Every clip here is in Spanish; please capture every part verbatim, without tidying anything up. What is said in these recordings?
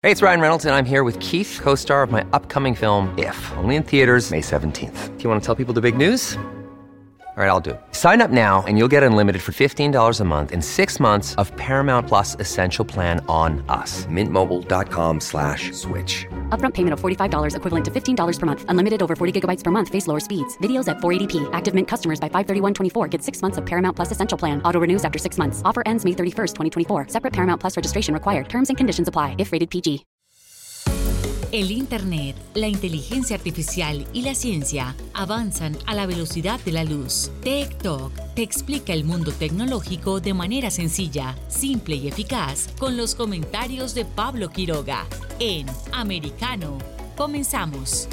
Hey, it's Ryan Reynolds, and I'm here with Keith, co-star of my upcoming film, If, only in theaters May seventeenth. Do you want to tell people the big news? All right, I'll do it. Sign up now and you'll get unlimited for fifteen dollars a month and six months of Paramount Plus Essential Plan on us. Mint Mobile dot com slash switch. Upfront payment of forty-five dollars equivalent to fifteen dollars per month. Unlimited over forty gigabytes per month. Face lower speeds. Videos at four eighty p. Active Mint customers by five thirty-one twenty-four get six months of Paramount Plus Essential Plan. Auto renews after six months. Offer ends May thirty-first, twenty twenty-four. Separate Paramount Plus registration required. Terms and conditions apply if rated P G. El Internet, la inteligencia artificial y la ciencia avanzan a la velocidad de la luz. Tech Talk te explica el mundo tecnológico de manera sencilla, simple y eficaz con los comentarios de Pablo Quiroga en Americano. Comenzamos.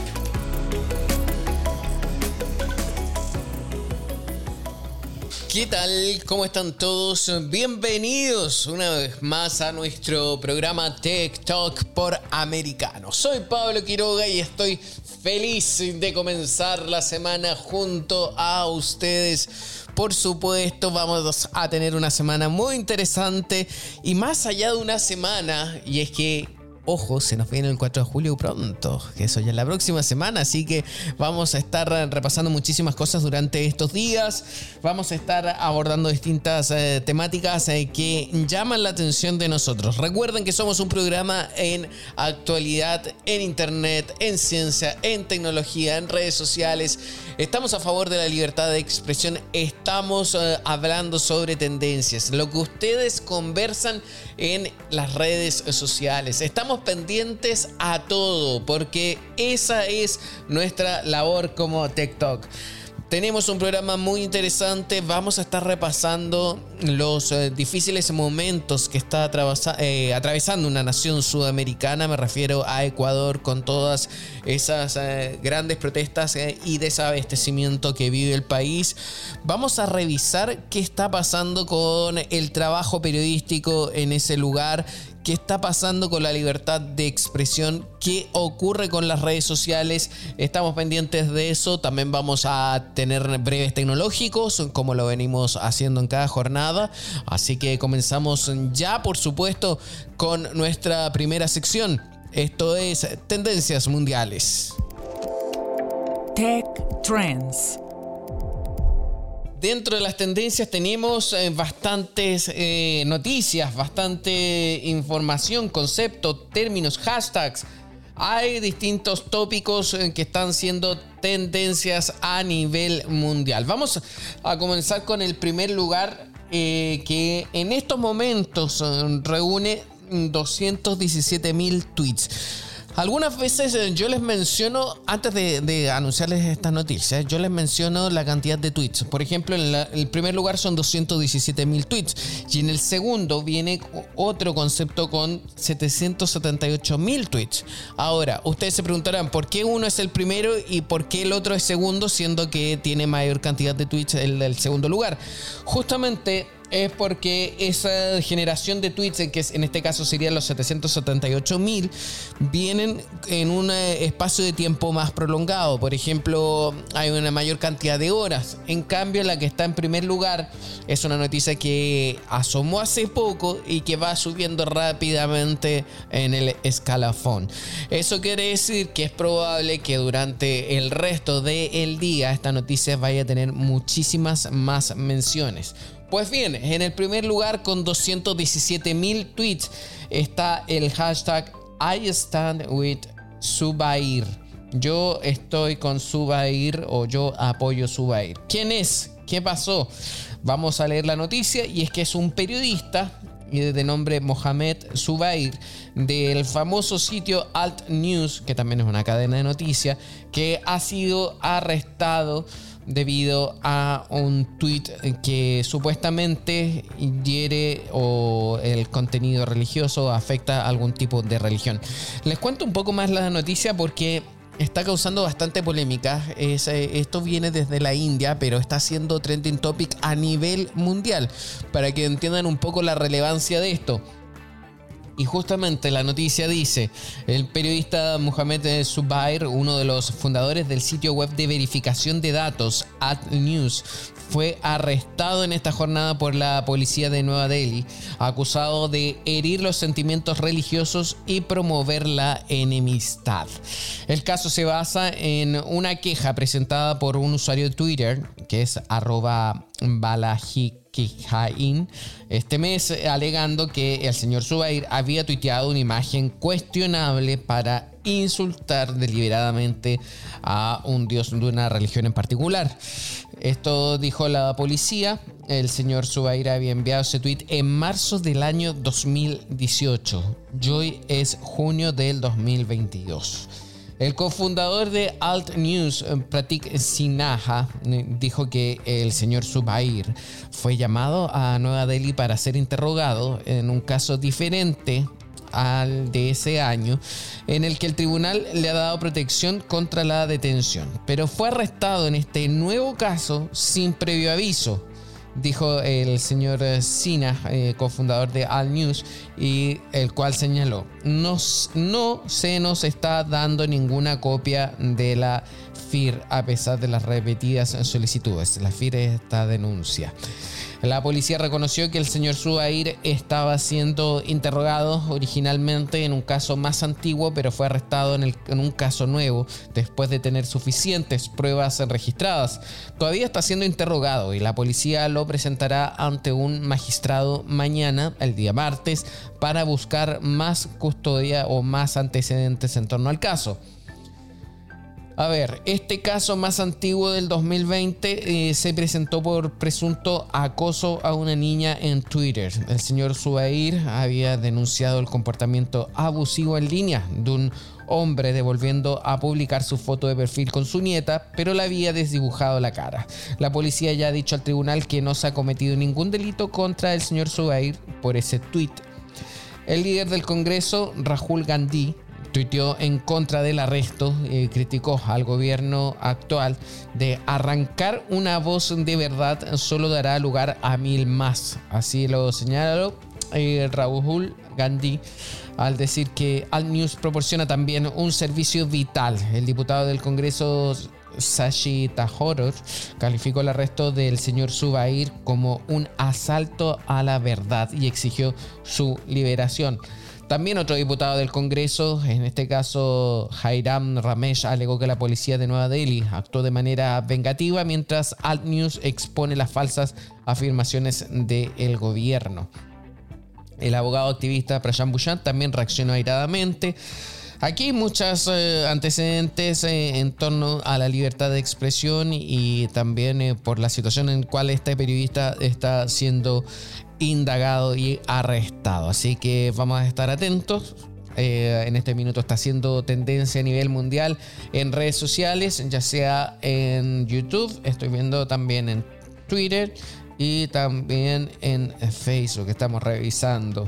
¿Qué tal? ¿Cómo están todos? Bienvenidos una vez más a nuestro programa Tech Talk por Americano. Soy Pablo Quiroga y estoy feliz de comenzar la semana junto a ustedes. Por supuesto, vamos a tener una semana muy interesante y más allá de una semana, y es que ojo, se nos viene el cuatro de julio pronto, que eso ya es la próxima semana, así que vamos a estar repasando muchísimas cosas durante estos días. Vamos a estar abordando distintas eh, temáticas eh, que llaman la atención de nosotros. Recuerden que somos un programa en actualidad, en internet, en ciencia, en tecnología, en redes sociales. Estamos a favor de la libertad de expresión. Estamos eh, hablando sobre tendencias, lo que ustedes conversan en las redes sociales. Estamos pendientes a todo porque esa es nuestra labor como Tech Talk. Tenemos un programa muy interesante. Vamos a estar repasando los eh, difíciles momentos que está atravesa- eh, atravesando una nación sudamericana. Me refiero a Ecuador, con todas esas eh, grandes protestas eh, y desabastecimiento que vive el país. Vamos a revisar qué está pasando con el trabajo periodístico en ese lugar. ¿Qué está pasando con la libertad de expresión? ¿Qué ocurre con las redes sociales? Estamos pendientes de eso. También vamos a tener breves tecnológicos, como lo venimos haciendo en cada jornada. Así que comenzamos ya, por supuesto, con nuestra primera sección. Esto es Tendencias Mundiales. Tech Trends. Dentro de las tendencias tenemos eh, bastantes eh, noticias, bastante información, conceptos, términos, hashtags. Hay distintos tópicos eh, que están siendo tendencias a nivel mundial. Vamos a comenzar con el primer lugar eh, que en estos momentos eh, reúne doscientos diecisiete mil tweets. Algunas veces yo les menciono, antes de, de anunciarles estas noticias, yo les menciono la cantidad de tweets. Por ejemplo, en la, el primer lugar son doscientos diecisiete mil tweets y en el segundo viene otro concepto con setecientos setenta y ocho mil tweets. Ahora, ustedes se preguntarán por qué uno es el primero y por qué el otro es segundo, siendo que tiene mayor cantidad de tweets el del segundo lugar. Justamente es porque esa generación de tweets, en que en este caso serían los setecientos setenta y ocho mil, vienen en un espacio de tiempo más prolongado. Por ejemplo, hay una mayor cantidad de horas. En cambio, la que está en primer lugar es una noticia que asomó hace poco y que va subiendo rápidamente en el escalafón. Eso quiere decir que es probable que durante el resto del día esta noticia vaya a tener muchísimas más menciones. Pues bien, en el primer lugar con doscientos diecisiete mil tweets está el hashtag I stand with Zubair. Yo estoy con Zubair o yo apoyo Zubair. ¿Quién es? ¿Qué pasó? Vamos a leer la noticia y es que es un periodista de nombre Mohamed Zubair del famoso sitio Alt News, que también es una cadena de noticias, que ha sido arrestado debido a un tweet que supuestamente hiere o el contenido religioso afecta a algún tipo de religión. Les cuento un poco más la noticia porque está causando bastante polémica. Es, eh, esto viene desde la India, pero está siendo trending topic a nivel mundial, para que entiendan un poco la relevancia de esto. Y justamente la noticia dice, el periodista Mohamed Zubair, uno de los fundadores del sitio web de verificación de datos AdNews, fue arrestado en esta jornada por la policía de Nueva Delhi, acusado de herir los sentimientos religiosos y promover la enemistad. El caso se basa en una queja presentada por un usuario de Twitter, que es arroba balajik este mes, alegando que el señor Zubair había tuiteado una imagen cuestionable para insultar deliberadamente a un dios de una religión en particular. Esto dijo la policía. El señor Zubair había enviado ese tweet en marzo del año dos mil dieciocho. Y hoy es junio del dos mil veintidós. El cofundador de AdNews, Pratik Sinha, dijo que el señor Zubair fue llamado a Nueva Delhi para ser interrogado en un caso diferente al de ese año, en el que el tribunal le ha dado protección contra la detención, pero fue arrestado en este nuevo caso sin previo aviso, dijo el señor Sinha, eh, cofundador de AdNews, y el cual señaló: no, no se nos está dando ninguna copia de la F I R a pesar de las repetidas solicitudes. La F I R es esta denuncia. La policía reconoció que el señor Zubair estaba siendo interrogado originalmente en un caso más antiguo, pero fue arrestado en, el, en un caso nuevo después de tener suficientes pruebas registradas. Todavía está siendo interrogado y la policía lo presentará ante un magistrado mañana, el día martes, para buscar más custodia o más antecedentes en torno al caso. A ver, este caso más antiguo del dos mil veinte eh, se presentó por presunto acoso a una niña en Twitter. El señor Zubair había denunciado el comportamiento abusivo en línea de un hombre devolviendo a publicar su foto de perfil con su nieta, pero le había desdibujado la cara. La policía ya ha dicho al tribunal que no se ha cometido ningún delito contra el señor Zubair por ese tweet. El líder del Congreso, Rahul Gandhi, tuiteó en contra del arresto y criticó al gobierno actual de arrancar una voz de verdad solo dará lugar a mil más. Así lo señaló eh, Rahul Gandhi al decir que AdNews proporciona también un servicio vital. El diputado del Congreso Shashi Tharoor calificó el arresto del señor Zubair como un asalto a la verdad y exigió su liberación. También otro diputado del Congreso, en este caso Jairam Ramesh, alegó que la policía de Nueva Delhi actuó de manera vengativa mientras AdNews expone las falsas afirmaciones del gobierno. El abogado activista Prashant Bhushan también reaccionó airadamente. Aquí hay muchos eh, antecedentes eh, en torno a la libertad de expresión y también eh, por la situación en la cual este periodista está siendo indagado y arrestado. Así que vamos a estar atentos. Eh, en este minuto está haciendo tendencia a nivel mundial en redes sociales, ya sea en YouTube, estoy viendo también en Twitter y también en Facebook. Estamos revisando.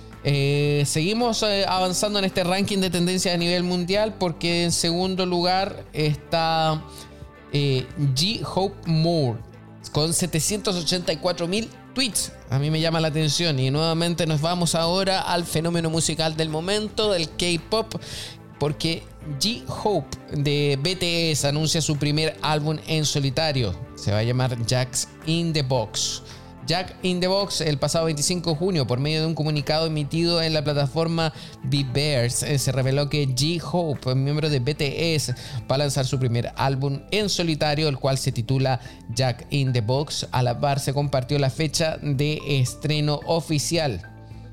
Eh, seguimos eh, avanzando en este ranking de tendencia a nivel mundial porque en segundo lugar está eh, J. Hope Moore con setecientos ochenta y cuatro mil tweets. A mí me llama la atención y nuevamente nos vamos ahora al fenómeno musical del momento, del K-pop, porque J. Hope de B T S anuncia su primer álbum en solitario. Se va a llamar Jack in the Box. Jack in the Box el pasado veinticinco de junio, por medio de un comunicado emitido en la plataforma Beavers, se reveló que J. Hope, miembro de B T S, va a lanzar su primer álbum en solitario, el cual se titula Jack in the Box. A la par se compartió la fecha de estreno oficial.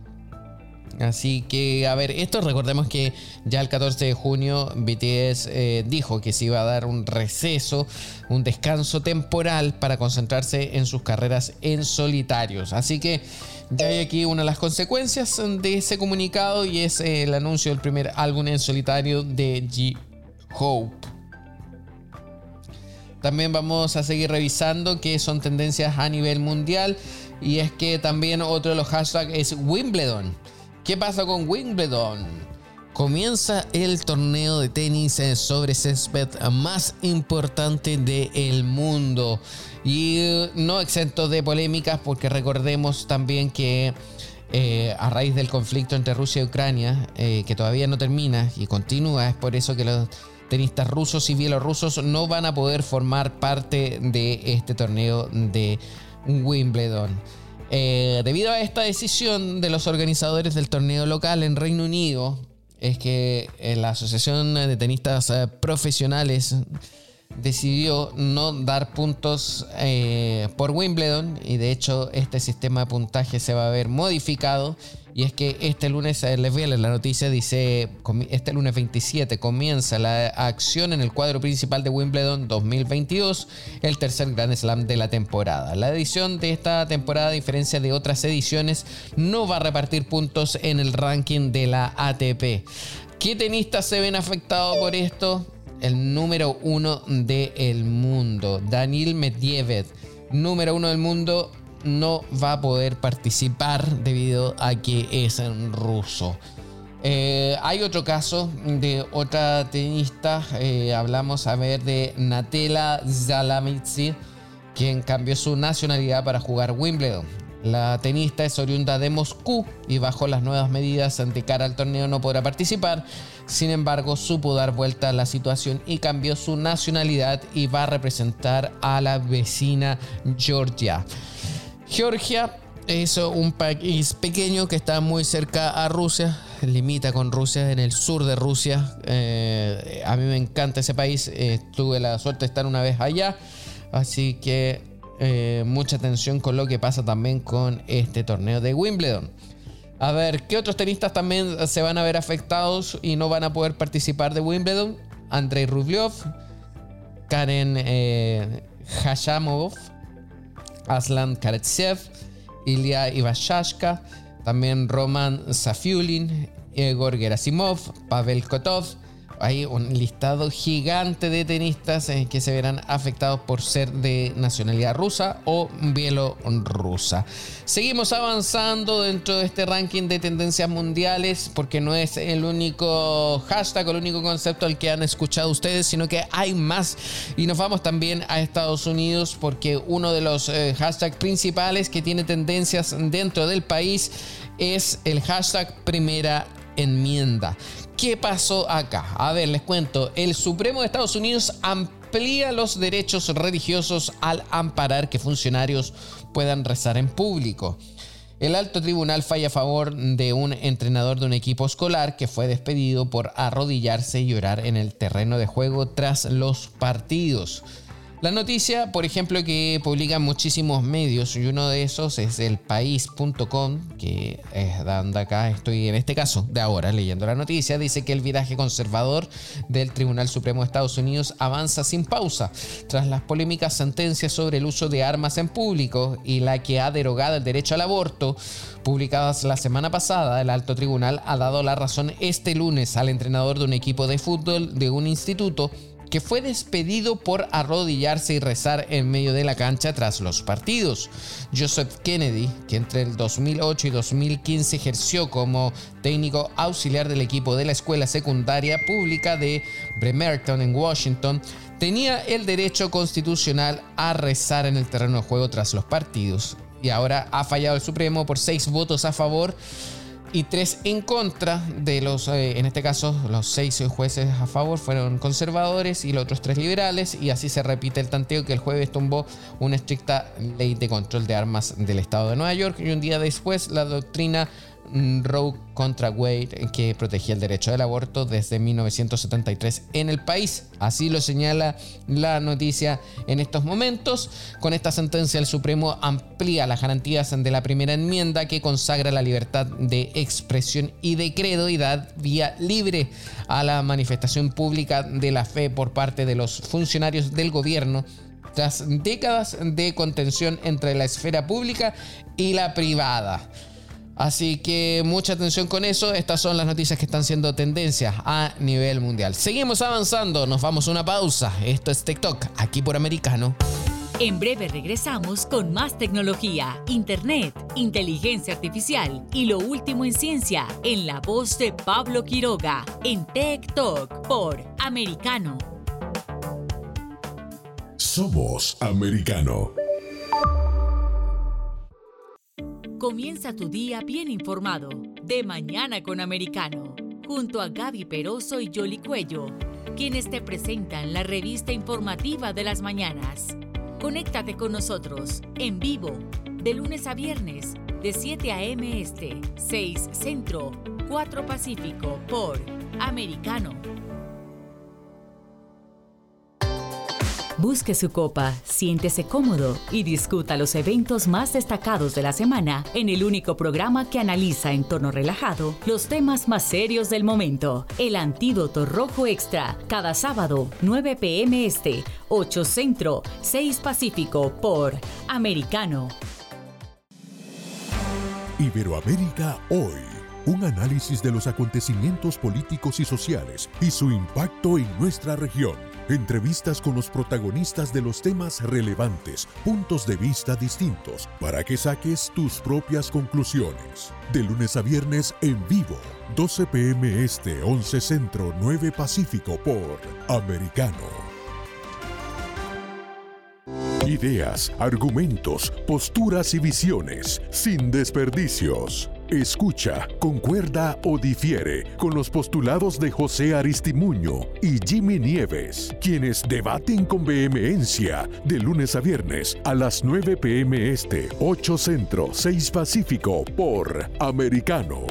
Así que, a ver, esto recordemos que ya el catorce de junio B T S eh, dijo que se iba a dar un receso, un descanso temporal para concentrarse en sus carreras en solitarios. Así que ya hay aquí una de las consecuencias de ese comunicado y es eh, el anuncio del primer álbum en solitario de J. Hope. También vamos a seguir revisando qué son tendencias a nivel mundial y es que también otro de los hashtags es Wimbledon. ¿Qué pasa con Wimbledon? Comienza el torneo de tenis sobre césped más importante del mundo y no exento de polémicas porque recordemos también que eh, a raíz del conflicto entre Rusia y Ucrania, eh, que todavía no termina y continúa. Es por eso que los tenistas rusos y bielorrusos no van a poder formar parte de este torneo de Wimbledon. Eh, debido a esta decisión de los organizadores del torneo local en Reino Unido, es que eh, la Asociación de Tenistas eh, Profesionales decidió no dar puntos eh, por Wimbledon, y de hecho este sistema de puntaje se va a ver modificado. Y es que este lunes, eh, les voy a leer la noticia, dice: este lunes veintisiete comienza la acción en el cuadro principal de Wimbledon dos mil veintidós, el tercer Grand Slam de la temporada. La edición de esta temporada, a diferencia de otras ediciones, no va a repartir puntos en el ranking de la A T P. ¿Qué tenistas se ven afectados por esto? El número uno del mundo, Daniil Medvedev, número uno del mundo, no va a poder participar debido a que es ruso. Eh, hay otro caso de otra tenista, eh, hablamos a ver de Natelja Zalamitsi, quien cambió su nacionalidad para jugar Wimbledon. La tenista es oriunda de Moscú y bajo las nuevas medidas de cara al torneo no podrá participar. Sin embargo, supo dar vuelta a la situación y cambió su nacionalidad y va a representar a la vecina Georgia. Georgia es un país pequeño que está muy cerca a Rusia, limita con Rusia, en el sur de Rusia. Eh, a mí me encanta ese país, eh, tuve la suerte de estar una vez allá, así que eh, mucha atención con lo que pasa también con este torneo de Wimbledon. A ver, ¿qué otros tenistas también se van a ver afectados y no van a poder participar de Wimbledon? Andrei Rublev, Karen eh, Khachanov, Aslan Karatsev, Ilya Ivashchak, también Roman Safiullin, Igor Gerasimov, Pavel Kotov. Hay un listado gigante de tenistas eh, que se verán afectados por ser de nacionalidad rusa o bielorrusa. Seguimos avanzando dentro de este ranking de tendencias mundiales, porque no es el único hashtag o el único concepto al que han escuchado ustedes, sino que hay más. Y nos vamos también a Estados Unidos, porque uno de los eh, hashtags principales que tiene tendencias dentro del país es el hashtag Primera Enmienda. ¿Qué pasó acá? A ver, les cuento. El Supremo de Estados Unidos amplía los derechos religiosos al amparar que funcionarios puedan rezar en público. El alto tribunal falla a favor de un entrenador de un equipo escolar que fue despedido por arrodillarse y orar en el terreno de juego tras los partidos. La noticia, por ejemplo, que publican muchísimos medios, y uno de esos es el país punto com, que es donde acá estoy en este caso de ahora leyendo la noticia. Dice que el viraje conservador del Tribunal Supremo de Estados Unidos avanza sin pausa tras las polémicas sentencias sobre el uso de armas en público y la que ha derogado el derecho al aborto. Publicadas la semana pasada, el alto tribunal ha dado la razón este lunes al entrenador de un equipo de fútbol de un instituto que fue despedido por arrodillarse y rezar en medio de la cancha tras los partidos. Joseph Kennedy, que entre el dos mil ocho y dos mil quince ejerció como técnico auxiliar del equipo de la escuela secundaria pública de Bremerton en Washington, tenía el derecho constitucional a rezar en el terreno de juego tras los partidos. Y ahora ha fallado el Supremo por seis votos a favor y tres en contra de los, eh, en este caso, los seis jueces a favor fueron conservadores y los otros tres liberales, y así se repite el tanteo que el jueves tumbó una estricta ley de control de armas del estado de Nueva York, y un día después la doctrina Roe contra Wade, que protegía el derecho del aborto desde mil novecientos setenta y tres en el país. Así lo señala la noticia en estos momentos. Con esta sentencia, el Supremo amplía las garantías de la primera enmienda, que consagra la libertad de expresión y de credo y da vía libre a la manifestación pública de la fe por parte de los funcionarios del gobierno, tras décadas de contención entre la esfera pública y la privada. Así que mucha atención con eso. Estas son las noticias que están siendo tendencias a nivel mundial. Seguimos avanzando, nos vamos a una pausa. Esto es TikTok, aquí por Americano. En breve regresamos con más tecnología, internet, inteligencia artificial y lo último en ciencia, en la voz de Pablo Quiroga, en TikTok por Americano. Somos Americano. Comienza tu día bien informado. De Mañana con Americano. Junto a Gaby Peroso y Yoli Cuello, quienes te presentan la revista informativa de las mañanas. Conéctate con nosotros en vivo, de lunes a viernes, de siete a eme este, seis Centro, cuatro Pacífico, por Americano. Busque su copa, siéntese cómodo y discuta los eventos más destacados de la semana en el único programa que analiza en tono relajado los temas más serios del momento. El Antídoto Rojo Extra, cada sábado, nueve pe eme este, ocho Centro, seis Pacífico, por Americano. Iberoamérica Hoy. Un análisis de los acontecimientos políticos y sociales y su impacto en nuestra región. Entrevistas con los protagonistas de los temas relevantes, puntos de vista distintos, para que saques tus propias conclusiones. De lunes a viernes en vivo, doce pe eme este, once Centro, nueve Pacífico, por Americano. Ideas, argumentos, posturas y visiones, sin desperdicios. Escucha, concuerda o difiere con los postulados de José Aristimuño y Jimmy Nieves, quienes debaten con vehemencia de lunes a viernes a las nueve pe eme este, ocho Centro, seis Pacífico, por Americano.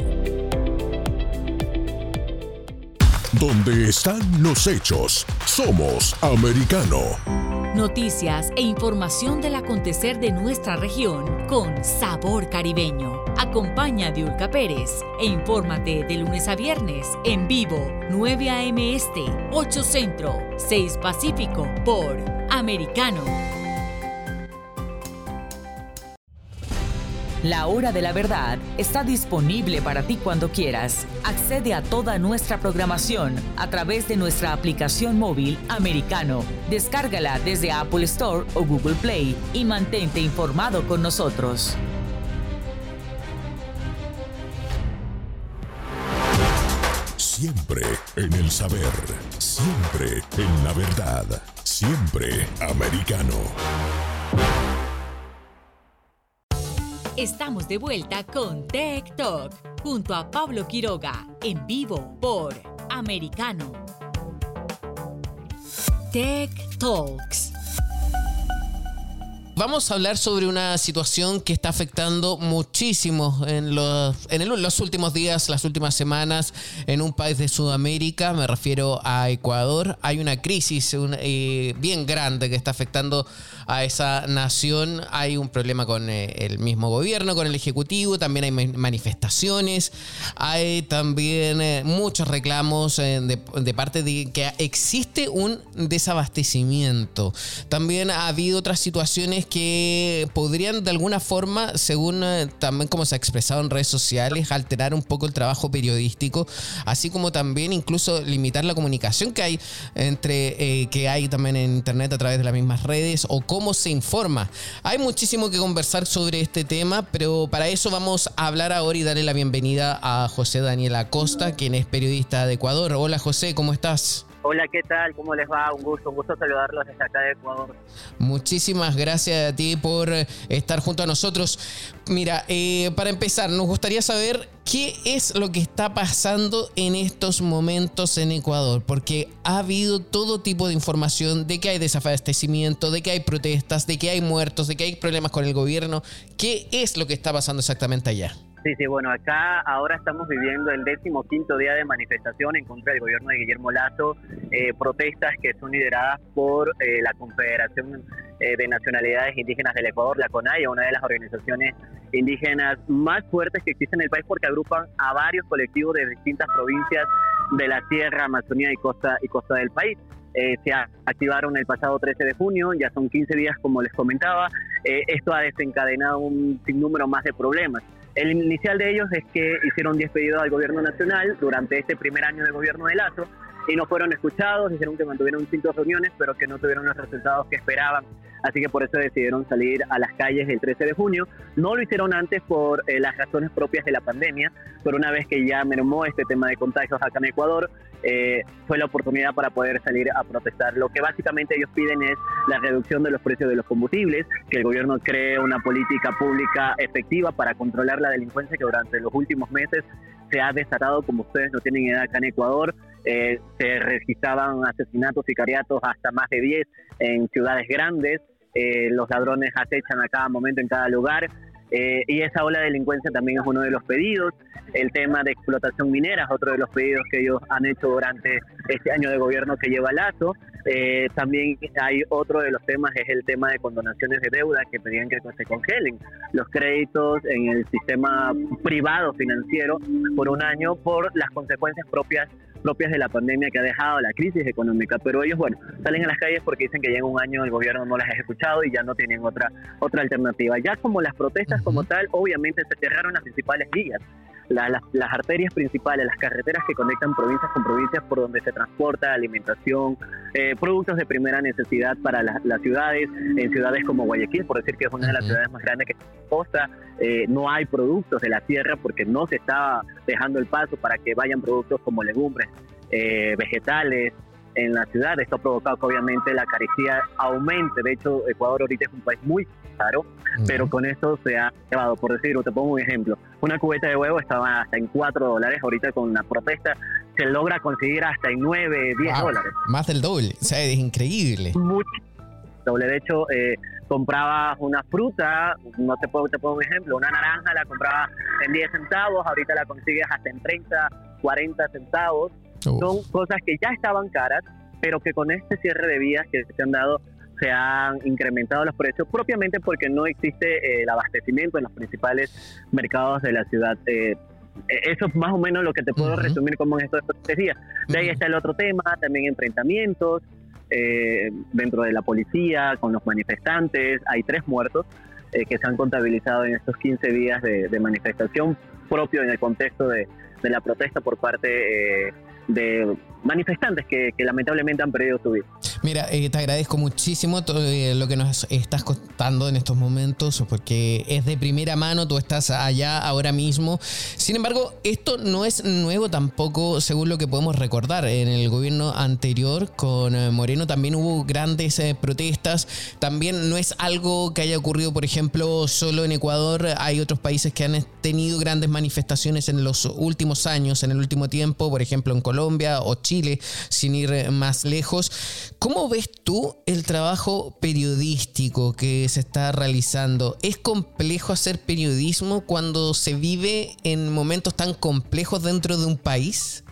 Donde están los hechos, somos Americano. Noticias e información del acontecer de nuestra región con sabor caribeño. Acompaña a Diulca Pérez e infórmate de lunes a viernes en vivo, nueve a eme este, ocho Centro, seis Pacífico, por Americano. La Hora de la Verdad está disponible para ti cuando quieras. Accede a toda nuestra programación a través de nuestra aplicación móvil Americano. Descárgala desde Apple Store o Google Play y mantente informado con nosotros. Siempre en el saber, siempre en la verdad, siempre Americano. Estamos de vuelta con Tech Talk, junto a Pablo Quiroga, en vivo por Americano. Tech Talks. Vamos a hablar sobre una situación que está afectando muchísimo en los, en el, los últimos días, las últimas semanas, en un país de Sudamérica. Me refiero a Ecuador. Hay una crisis un, eh, bien grande que está afectando a esa nación. Hay un problema con eh, el mismo gobierno, con el ejecutivo. También hay manifestaciones. Hay también eh, muchos reclamos eh, de, de parte de que existe un desabastecimiento. También ha habido otras situaciones que podrían de alguna forma, según eh, también como se ha expresado en redes sociales, alterar un poco el trabajo periodístico, así como también incluso limitar la comunicación que hay entre eh, que hay también en internet a través de las mismas redes o cómo se informa. Hay muchísimo que conversar sobre este tema, pero para eso vamos a hablar ahora y darle la bienvenida a José Daniel Acosta, quien es periodista de Ecuador. Hola José, ¿cómo estás? Hola, ¿qué tal? ¿Cómo les va? Un gusto, un gusto saludarlos desde acá de Ecuador. Muchísimas gracias a ti por estar junto a nosotros. Mira, eh, para empezar, nos gustaría saber qué es lo que está pasando en estos momentos en Ecuador, porque ha habido todo tipo de información de que hay desabastecimiento, de que hay protestas, de que hay muertos, de que hay problemas con el gobierno. ¿Qué es lo que está pasando exactamente allá? Sí, sí, bueno, acá ahora estamos viviendo el décimo quinto día de manifestación en contra del gobierno de Guillermo Lasso, eh, protestas que son lideradas por eh, la Confederación eh, de Nacionalidades Indígenas del Ecuador, la CONAIE, una de las organizaciones indígenas más fuertes que existen en el país porque agrupan a varios colectivos de distintas provincias de la Sierra, Amazonía y costa, y costa del país. Eh, se activaron el pasado trece de junio, ya son quince días como les comentaba. Eh, esto ha desencadenado un sinnúmero más de problemas. El inicial de ellos es que hicieron diez pedidos al gobierno nacional durante este primer año de gobierno de Lasso y no fueron escuchados. Dijeron que mantuvieron cinco reuniones pero que no tuvieron los resultados que esperaban así que por eso decidieron salir a las calles el trece de junio. No lo hicieron antes por eh, las razones propias de la pandemia, pero una vez que ya mermó este tema de contagios acá en Ecuador, eh, fue la oportunidad para poder salir a protestar. Lo que básicamente ellos piden es la reducción de los precios de los combustibles, que el gobierno cree una política pública efectiva para controlar la delincuencia que durante los últimos meses se ha desatado, como ustedes no tienen idea, acá en Ecuador. Eh, se registraban asesinatos, sicariatos hasta más de diez en ciudades grandes. Eh, los ladrones acechan a cada momento en cada lugar. Eh, y esa ola de delincuencia también es uno de los pedidos. El tema de explotación minera es otro de los pedidos que ellos han hecho durante este año de gobierno que lleva Lasso. Eh, también hay otro de los temas, es el tema de condonaciones de deuda, que pedían que se congelen los créditos en el sistema privado financiero por un año por las consecuencias propias propias de la pandemia que ha dejado la crisis económica. Pero ellos, bueno, salen a las calles porque dicen que ya en un año el gobierno no las ha escuchado y ya no tienen otra otra alternativa. Ya como las protestas como tal, obviamente se cerraron las principales vías, la, las, las arterias principales, las carreteras que conectan provincias con provincias por donde se transporta alimentación, eh, productos de primera necesidad para la, las ciudades. En ciudades como Guayaquil, por decir que es una de las ciudades más grandes que costa, eh, no hay productos de la tierra porque no se está dejando el paso para que vayan productos como legumbres, eh, vegetales en la ciudad. Esto ha provocado que obviamente la carestía aumente. De hecho, Ecuador ahorita es un país muy caro, uh-huh. pero con esto se ha llevado, por decir, te pongo un ejemplo, una cubeta de huevo estaba hasta en cuatro dólares, ahorita con la protesta se logra conseguir hasta en nueve, diez wow. dólares. Más del doble, o sea, es increíble. Mucho doble. De hecho, eh, comprabas una fruta, no te puedo, te pongo un ejemplo, una naranja la comprabas en diez centavos, ahorita la consigues hasta en treinta, cuarenta centavos. Uf. Son cosas que ya estaban caras, pero que con este cierre de vías que se han dado se han incrementado los precios, propiamente porque no existe eh, el abastecimiento en los principales mercados de la ciudad. Eh, eso es más o menos lo que te puedo uh-huh. resumir como en estos tres días. De ahí uh-huh. está el otro tema, también enfrentamientos eh, dentro de la policía con los manifestantes. Hay tres muertos eh, que se han contabilizado en estos quince días de, de manifestación propio en el contexto de, de la protesta por parte eh, de manifestantes que, que lamentablemente han perdido su vida. Mira, eh, te agradezco muchísimo todo eh, lo que nos estás contando en estos momentos, porque es de primera mano, tú estás allá ahora mismo. Sin embargo, esto no es nuevo tampoco, según lo que podemos recordar. En el gobierno anterior con eh, Moreno también hubo grandes eh, protestas. También no es algo que haya ocurrido, por ejemplo, solo en Ecuador. Hay otros países que han tenido grandes manifestaciones en los últimos años, en el último tiempo, por ejemplo en Colombia o Chile, sin ir más lejos. ¿Cómo ves tú el trabajo periodístico que se está realizando? ¿Es complejo hacer periodismo cuando se vive en momentos tan complejos dentro de un país?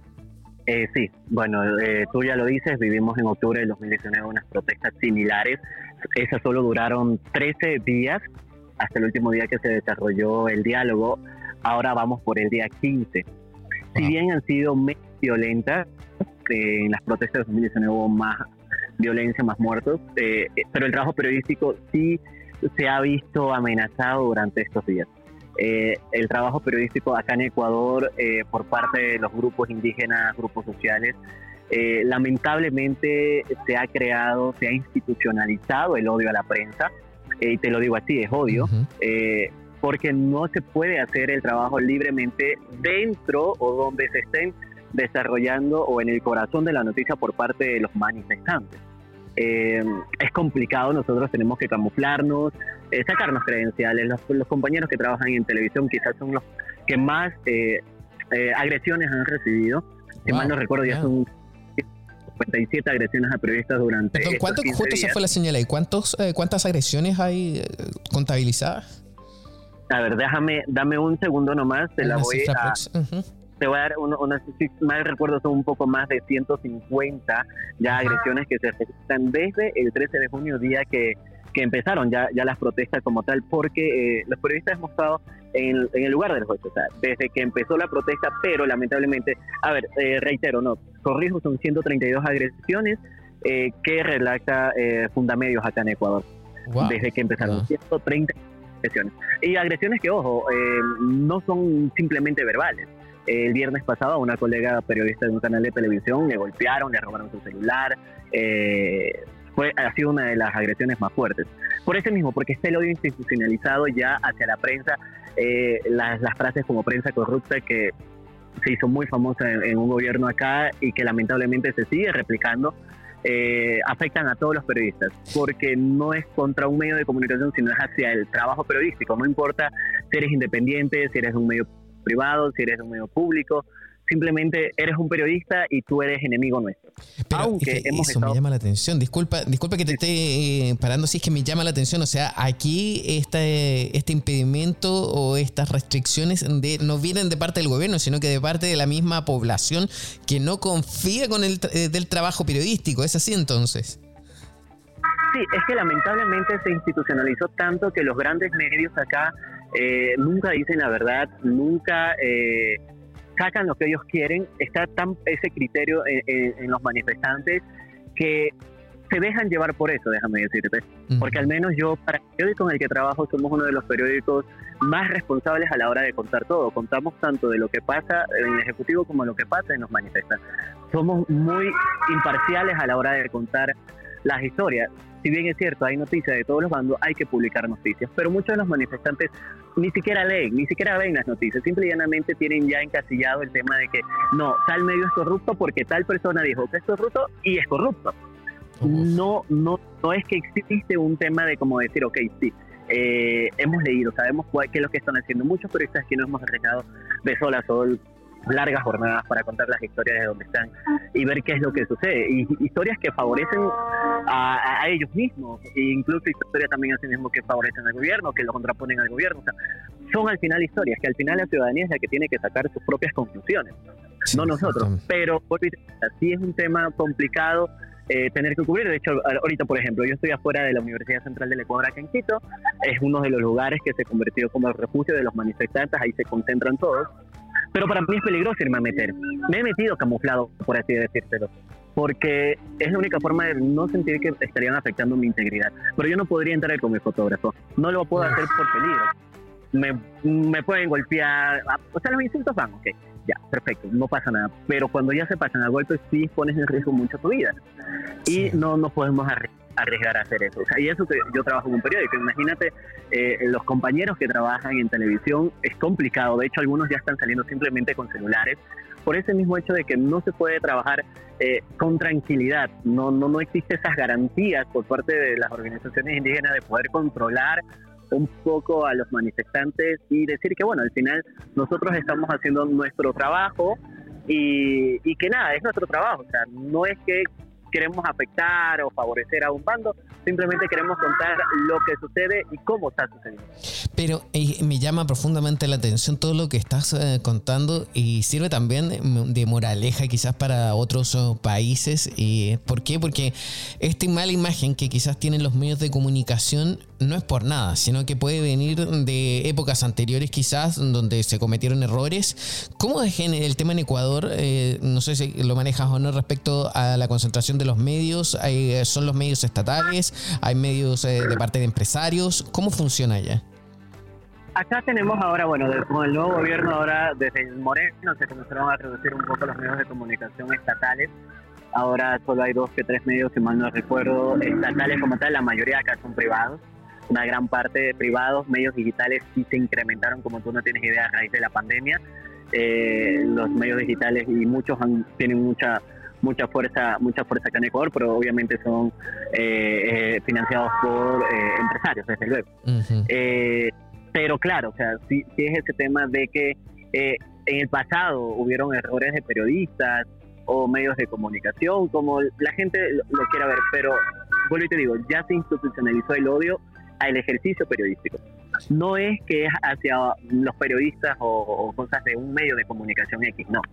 Eh, sí, bueno, eh, tú ya lo dices, vivimos en octubre del dos mil diecinueve unas protestas similares. Esas solo duraron trece días, hasta el último día que se desarrolló el diálogo. Ahora vamos por el día quince. Wow. Si bien han sido menos violentas, eh, en las protestas de dos mil diecinueve hubo más violencia, más muertos, eh, pero el trabajo periodístico sí se ha visto amenazado durante estos días. Eh, el trabajo periodístico acá en Ecuador, eh, por parte de los grupos indígenas, grupos sociales, eh, lamentablemente se ha creado, se ha institucionalizado el odio a la prensa, eh, y te lo digo así, es odio, uh-huh. eh, porque no se puede hacer el trabajo libremente dentro o donde se estén desarrollando o en el corazón de la noticia por parte de los manifestantes. Eh, es complicado, nosotros tenemos que camuflarnos, eh, sacarnos credenciales. Los, los compañeros que trabajan en televisión quizás son los que más eh, eh, agresiones han recibido. Si wow, mal no recuerdo, yeah. ya son cincuenta y siete agresiones a periodistas durante Perdón, ¿cuánto, estos justo días. Se fue la señal ahí. ¿Cuántos, eh, ¿Cuántas agresiones hay eh, contabilizadas? A ver, déjame, dame un segundo nomás, te la voy a... Uh-huh. Te voy a dar una, una, si mal recuerdo, son un poco más de ciento cincuenta ya agresiones que se registran desde el trece de junio, día que, que empezaron ya, ya las protestas como tal, porque eh, los periodistas hemos estado en, en el lugar de los hechos, o sea, desde que empezó la protesta, pero lamentablemente, a ver, eh, reitero, no, corrijo, son ciento treinta y dos agresiones eh, que relata eh, Fundamedios acá en Ecuador, wow. desde que empezaron, wow. ciento treinta agresiones. Y agresiones que, ojo, eh, no son simplemente verbales. El viernes pasado a una colega periodista de un canal de televisión le golpearon, le robaron su celular, eh, fue, ha sido una de las agresiones más fuertes. Por eso mismo, porque está el odio institucionalizado ya hacia la prensa, eh, las, las frases como prensa corrupta que se hizo muy famosa en, en un gobierno acá y que lamentablemente se sigue replicando, eh, afectan a todos los periodistas, porque no es contra un medio de comunicación, sino es hacia el trabajo periodístico. No importa si eres independiente, si eres de un medio privado, si eres de un medio público, simplemente eres un periodista y tú eres enemigo nuestro. Pero Aunque es que hemos eso estado... me llama la atención. Disculpa, disculpa que te esté eh, parando, si es que me llama la atención. O sea, aquí este, este impedimento o estas restricciones de, no vienen de parte del gobierno, sino que de parte de la misma población que no confía con el eh, del trabajo periodístico. ¿Es así entonces? Sí, es que lamentablemente se institucionalizó tanto que los grandes medios acá eh, nunca dicen la verdad, nunca... Eh, sacan lo que ellos quieren. Está tan ese criterio en, en, en los manifestantes que se dejan llevar por eso, déjame decirte. Uh-huh. Porque al menos yo, para el periódico en el que trabajo, somos uno de los periódicos más responsables a la hora de contar todo. Contamos tanto de lo que pasa en el Ejecutivo como de lo que pasa en los manifestantes. Somos muy imparciales a la hora de contar las historias. Si bien es cierto, hay noticias de todos los bandos, hay que publicar noticias, pero muchos de los manifestantes ni siquiera leen, ni siquiera ven las noticias, simple y llanamente tienen ya encasillado el tema de que no, tal medio es corrupto porque tal persona dijo que es corrupto y es corrupto. Uh-huh. No, no, no es que existe un tema de como decir, ok, sí, eh, hemos leído, sabemos cuál, qué es lo que están haciendo. Muchos periodistas que nos hemos arriesgado de sol a sol, largas jornadas para contar las historias de donde están y ver qué es lo que sucede, y historias que favorecen a, a ellos mismos, e incluso historias también así mismo que favorecen al gobierno, que lo contraponen al gobierno. O sea, son al final historias que al final la ciudadanía es la que tiene que sacar sus propias conclusiones, sí, no nosotros. Pero sí es un tema complicado eh, tener que cubrir. De hecho, ahorita, por ejemplo, yo estoy afuera de la Universidad Central del Ecuador acá en Quito, es uno de los lugares que se convirtió como el refugio de los manifestantes, ahí se concentran todos. Pero para mí es peligroso irme a meter. Me he metido camuflado, por así decírtelo, porque es la única forma de no sentir que estarían afectando mi integridad. Pero yo no podría entrar con mi fotógrafo. No lo puedo hacer por peligro. Me, me pueden golpear. O sea, los insultos van, ok, ya, perfecto, no pasa nada. Pero cuando ya se pasan a golpes, sí pones en riesgo mucho tu vida. Y no nos podemos arriesgar. arriesgar a hacer eso. O sea, y eso que yo trabajo en un periódico. Imagínate, eh, los compañeros que trabajan en televisión, es complicado. De hecho, algunos ya están saliendo simplemente con celulares, por ese mismo hecho de que no se puede trabajar eh, con tranquilidad. No, no, no existe esas garantías por parte de las organizaciones indígenas de poder controlar un poco a los manifestantes y decir que, bueno, al final nosotros estamos haciendo nuestro trabajo y, y que nada, es nuestro trabajo. O sea, no es que queremos afectar o favorecer a un bando, simplemente queremos contar lo que sucede y cómo está sucediendo. Pero eh, me llama profundamente la atención todo lo que estás eh, contando y sirve también de moraleja quizás para otros oh, países. Eh, ¿Por qué? Porque esta mala imagen que quizás tienen los medios de comunicación no es por nada, sino que puede venir de épocas anteriores quizás donde se cometieron errores. ¿Cómo es el tema en Ecuador? Eh, no sé si lo manejas o no respecto a la concentración de los medios. Hay, ¿Son los medios estatales? ¿Hay medios eh, de parte de empresarios? ¿Cómo funciona allá? Acá tenemos ahora, bueno, con el nuevo gobierno ahora, desde el Moreno se comenzaron a reducir un poco los medios de comunicación estatales. Ahora solo hay dos que tres medios, si mal no recuerdo, estatales como tal. La mayoría acá son privados, una gran parte de privados. Medios digitales sí se incrementaron, como tú no tienes idea, a raíz de la pandemia. Eh, los medios digitales, y muchos han, tienen mucha mucha fuerza mucha fuerza acá en Ecuador, pero obviamente son eh, eh, financiados por eh, empresarios, desde luego. Uh-huh. Eh, pero claro, o sea, sí, sí es ese tema de que eh, en el pasado hubieron errores de periodistas o medios de comunicación, como la gente lo, lo quiera ver, pero vuelvo y te digo, ya se institucionalizó el odio al ejercicio periodístico. No es que es hacia los periodistas o, o cosas de un medio de comunicación X, no.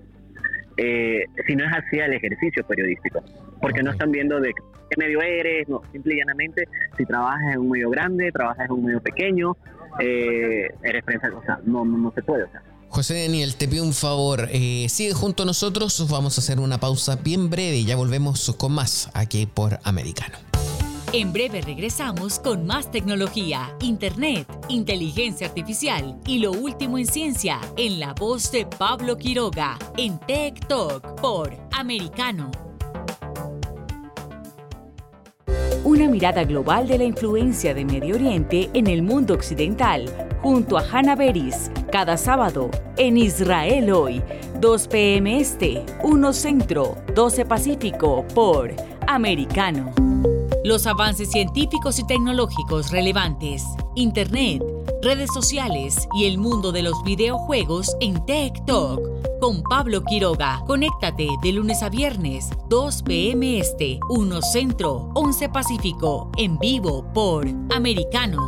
Eh, sino es hacia el ejercicio periodístico, porque okay. no están viendo de qué medio eres, no, simple y llanamente, si trabajas en un medio grande, trabajas en un medio pequeño, eh, eres prensa, o sea, no, no, no se puede, o sea. José Daniel, te pido un favor, eh, sigue junto a nosotros, vamos a hacer una pausa bien breve y ya volvemos con más aquí por Americano. En breve regresamos con más tecnología, internet, inteligencia artificial y lo último en ciencia, en la voz de Pablo Quiroga, en Tech Talk por Americano. una mirada global de la influencia de Medio Oriente en el mundo occidental, junto a Hannah Beris, cada sábado en Israel Hoy, dos p m Este, uno Centro, doce Pacífico, por Americano. Los avances científicos y tecnológicos relevantes, Internet, redes sociales y el mundo de los videojuegos en Tech Talk con Pablo Quiroga. Conéctate de lunes a viernes, dos p m Este, uno Centro, once Pacífico, en vivo por Americano.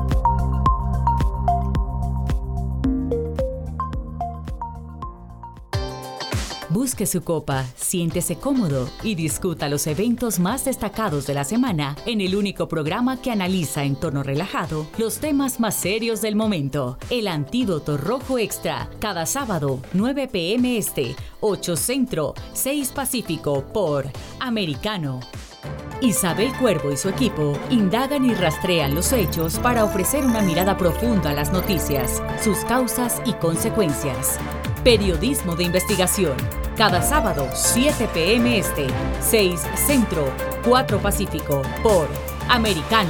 Busque su copa, siéntese cómodo y discuta los eventos más destacados de la semana en el único programa que analiza en tono relajado los temas más serios del momento. El Antídoto Rojo Extra, cada sábado, nueve p m Este, ocho Centro, seis Pacífico, por Americano. Isabel Cuervo y su equipo indagan y rastrean los hechos para ofrecer una mirada profunda a las noticias, sus causas y consecuencias. Periodismo de investigación. Cada sábado, siete p m Este, seis Centro, cuatro Pacífico, por Americano.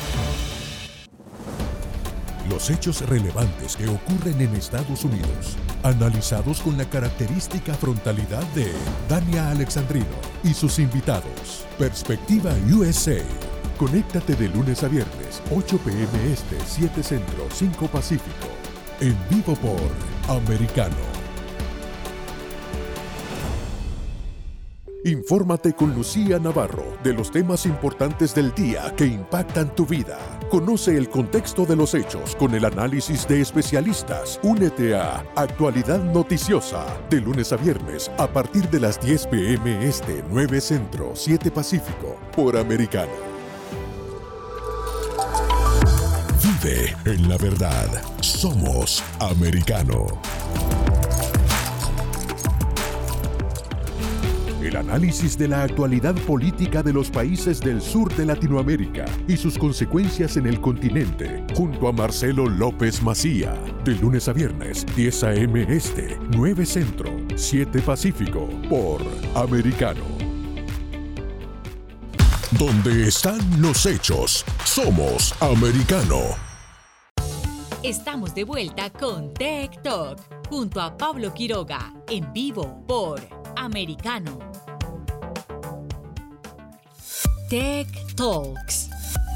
Los hechos relevantes que ocurren en Estados Unidos, analizados con la característica frontalidad de Dania Alexandrino y sus invitados. Perspectiva U S A. Conéctate de lunes a viernes, ocho p m Este, siete Centro, cinco Pacífico. En vivo por Americano. Infórmate con Lucía Navarro de los temas importantes del día que impactan tu vida. Conoce el contexto de los hechos con el análisis de especialistas. Únete a Actualidad Noticiosa de lunes a viernes a partir de las diez p m Este, nueve Centro, siete Pacífico, por Americano. Vive en la verdad. Somos Americano. El análisis de la actualidad política de los países del sur de Latinoamérica y sus consecuencias en el continente, junto a Marcelo López Macía, de lunes a viernes, diez a m Este, nueve Centro, siete Pacífico, por Americano. Donde están los hechos, somos Americano. Estamos de vuelta con Tech Talk, junto a Pablo Quiroga, en vivo por Americano. Tech Talks.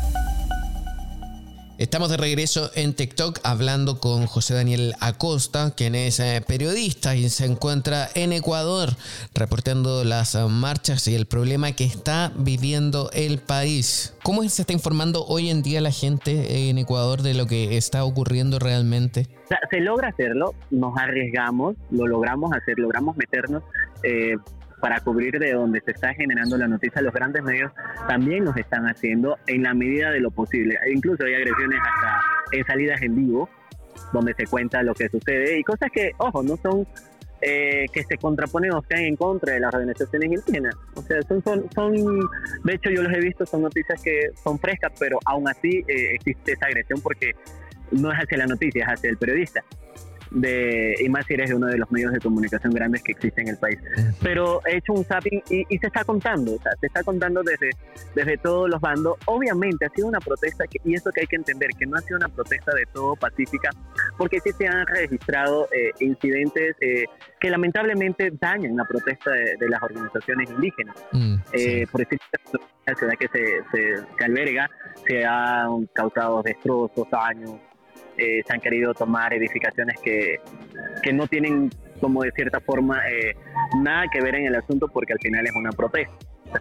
Estamos de regreso en TikTok hablando con José Daniel Acosta, quien es eh, periodista y se encuentra en Ecuador reportando las uh, marchas y el problema que está viviendo el país. ¿Cómo se está informando hoy en día la gente en Ecuador de lo que está ocurriendo realmente? O sea, se logra hacerlo, nos arriesgamos, lo logramos hacer, logramos meternos eh, para cubrir de donde se está generando la noticia. Los grandes medios también nos están haciendo en la medida de lo posible. Incluso hay agresiones hasta en salidas en vivo, donde se cuenta lo que sucede y cosas que, ojo, no son eh, que se contraponen o están en contra de las organizaciones indígenas. O sea, son, son, son, de hecho yo los he visto, son noticias que son frescas, pero aún así eh, existe esa agresión porque no es hacia la noticia, es hacia el periodista. De, y más si eres de uno de los medios de comunicación grandes que existen en el país. Pero he hecho un zapping y, y se está contando, o sea, se está contando desde, desde todos los bandos. Obviamente ha sido una protesta, que, y eso que hay que entender, que no ha sido una protesta de todo pacífica, porque sí se han registrado eh, incidentes eh, que lamentablemente dañan la protesta de, de las organizaciones indígenas. Mm, eh, sí. Por decir, la ciudad que se, se, se alberga se han causado destrozos, daños. Eh, se han querido tomar edificaciones que, que no tienen, como de cierta forma, eh, nada que ver en el asunto porque al final es una protesta.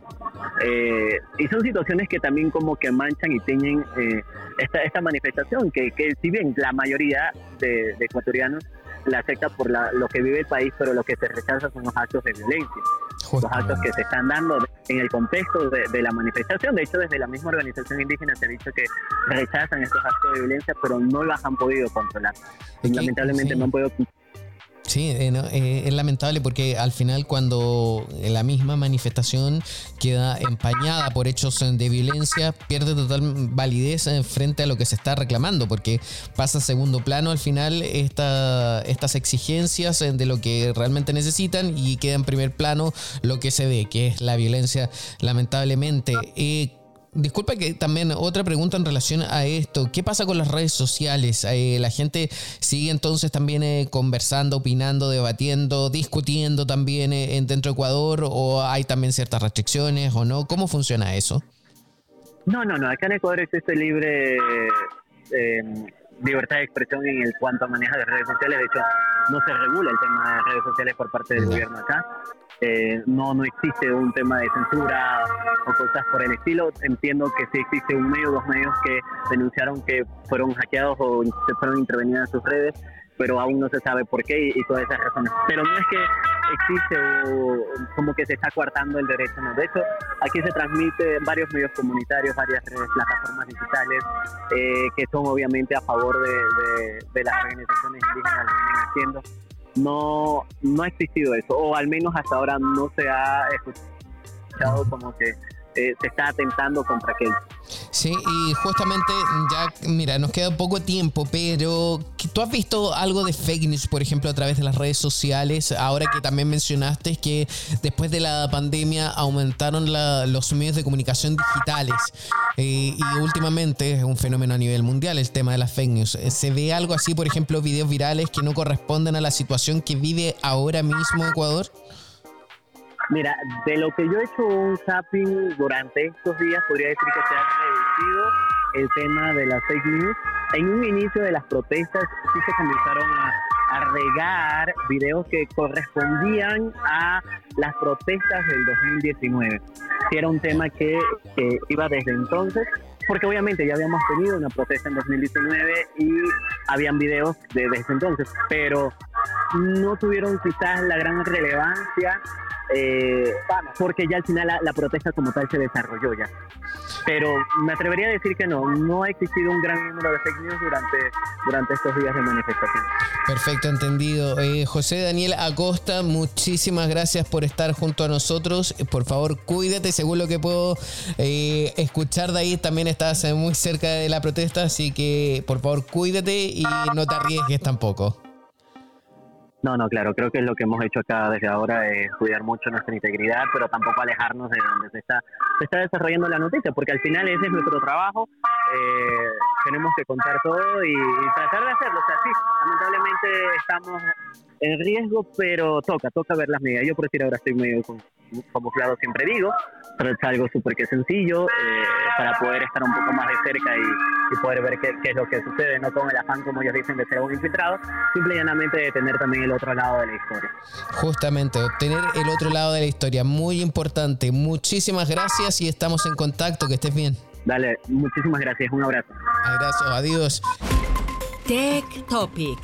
Eh, y son situaciones que también como que manchan y tiñen eh, esta, esta manifestación, que, que si bien la mayoría de, de ecuatorianos la acepta por la, lo que vive el país, pero lo que se rechaza son los actos de violencia. Los actos que se están dando en el contexto de, de la manifestación. De hecho, desde la misma organización indígena se ha dicho que rechazan estos actos de violencia, pero no los han podido controlar. Y lamentablemente sí. no han podido Sí, eh, no, eh, es lamentable porque al final cuando la misma manifestación queda empañada por hechos de violencia, pierde total validez frente a lo que se está reclamando, porque pasa a segundo plano al final esta, estas exigencias de lo que realmente necesitan y queda en primer plano lo que se ve, que es la violencia, lamentablemente. Eh, disculpa que también otra pregunta en relación a esto. ¿Qué pasa con las redes sociales? Eh, ¿La gente sigue entonces también eh, conversando, opinando, debatiendo, discutiendo también eh, dentro de Ecuador? ¿O hay también ciertas restricciones o no? ¿Cómo funciona eso? No, no, no. Acá en Ecuador existe libre eh, libertad de expresión en el cuanto a manejo de redes sociales. De hecho, no se regula el tema de redes sociales por parte del gobierno acá. Eh, no, no existe un tema de censura o cosas por el estilo. Entiendo que sí existe un medio o dos medios que denunciaron que fueron hackeados o se fueron intervenidas en sus redes, pero aún no se sabe por qué y, y todas esas razones. Pero no es que existe o como que se está coartando el derecho, no. De hecho, aquí se transmite en varios medios comunitarios, varias redes, plataformas digitales eh, que son obviamente a favor de, de, de las organizaciones indígenas, lo vienen haciendo. No, no ha existido eso, o al menos hasta ahora no se ha escuchado como que eh, se está atentando contra aquello. Sí, y justamente ya, mira, nos queda poco tiempo, pero ¿tú has visto algo de fake news, por ejemplo, a través de las redes sociales? Ahora que también mencionaste que después de la pandemia aumentaron la, los medios de comunicación digitales eh, y últimamente es un fenómeno a nivel mundial el tema de las fake news. ¿Se ve algo así, por ejemplo, videos virales que no corresponden a la situación que vive ahora mismo Ecuador? Mira, de lo que yo he hecho un zapping durante estos días, podría decir que se ha reducido el tema de las fake news. En un inicio de las protestas sí se comenzaron a, a regar videos que correspondían a las protestas del dos mil diecinueve. Sí, era un tema que, que iba desde entonces, porque obviamente ya habíamos tenido una protesta en dos mil diecinueve y habían videos de desde entonces, pero no tuvieron quizás la gran relevancia eh, porque ya al final la, la protesta como tal se desarrolló ya. Pero me atrevería a decir que no, no ha existido un gran número de fake news durante, durante estos días de manifestación. Perfecto, entendido. Eh, José Daniel Acosta, muchísimas gracias por estar junto a nosotros. Por favor, cuídate, según lo que puedo eh, escuchar de ahí, también estás muy cerca de la protesta, así que por favor cuídate y no te arriesgues tampoco. No, no, claro, creo que es lo que hemos hecho acá desde ahora, es cuidar mucho nuestra integridad, pero tampoco alejarnos de donde se está se está desarrollando la noticia, porque al final ese es nuestro trabajo, eh, tenemos que contar todo y, y tratar de hacerlo. O sea, sí, lamentablemente estamos en riesgo, pero toca, toca ver las medidas. Yo por decir ahora estoy medio camuflado, siempre digo, pero es algo súper que sencillo eh, para poder estar un poco más de cerca y, y poder ver qué, qué es lo que sucede, no con el afán, como ellos dicen, de ser un infiltrado, simple y llanamente de tener también el otro lado de la historia. Justamente, obtener el otro lado de la historia, muy importante. Muchísimas gracias y estamos en contacto, que estés bien. Dale, muchísimas gracias, un abrazo. Abrazo, adiós. Tech Topic.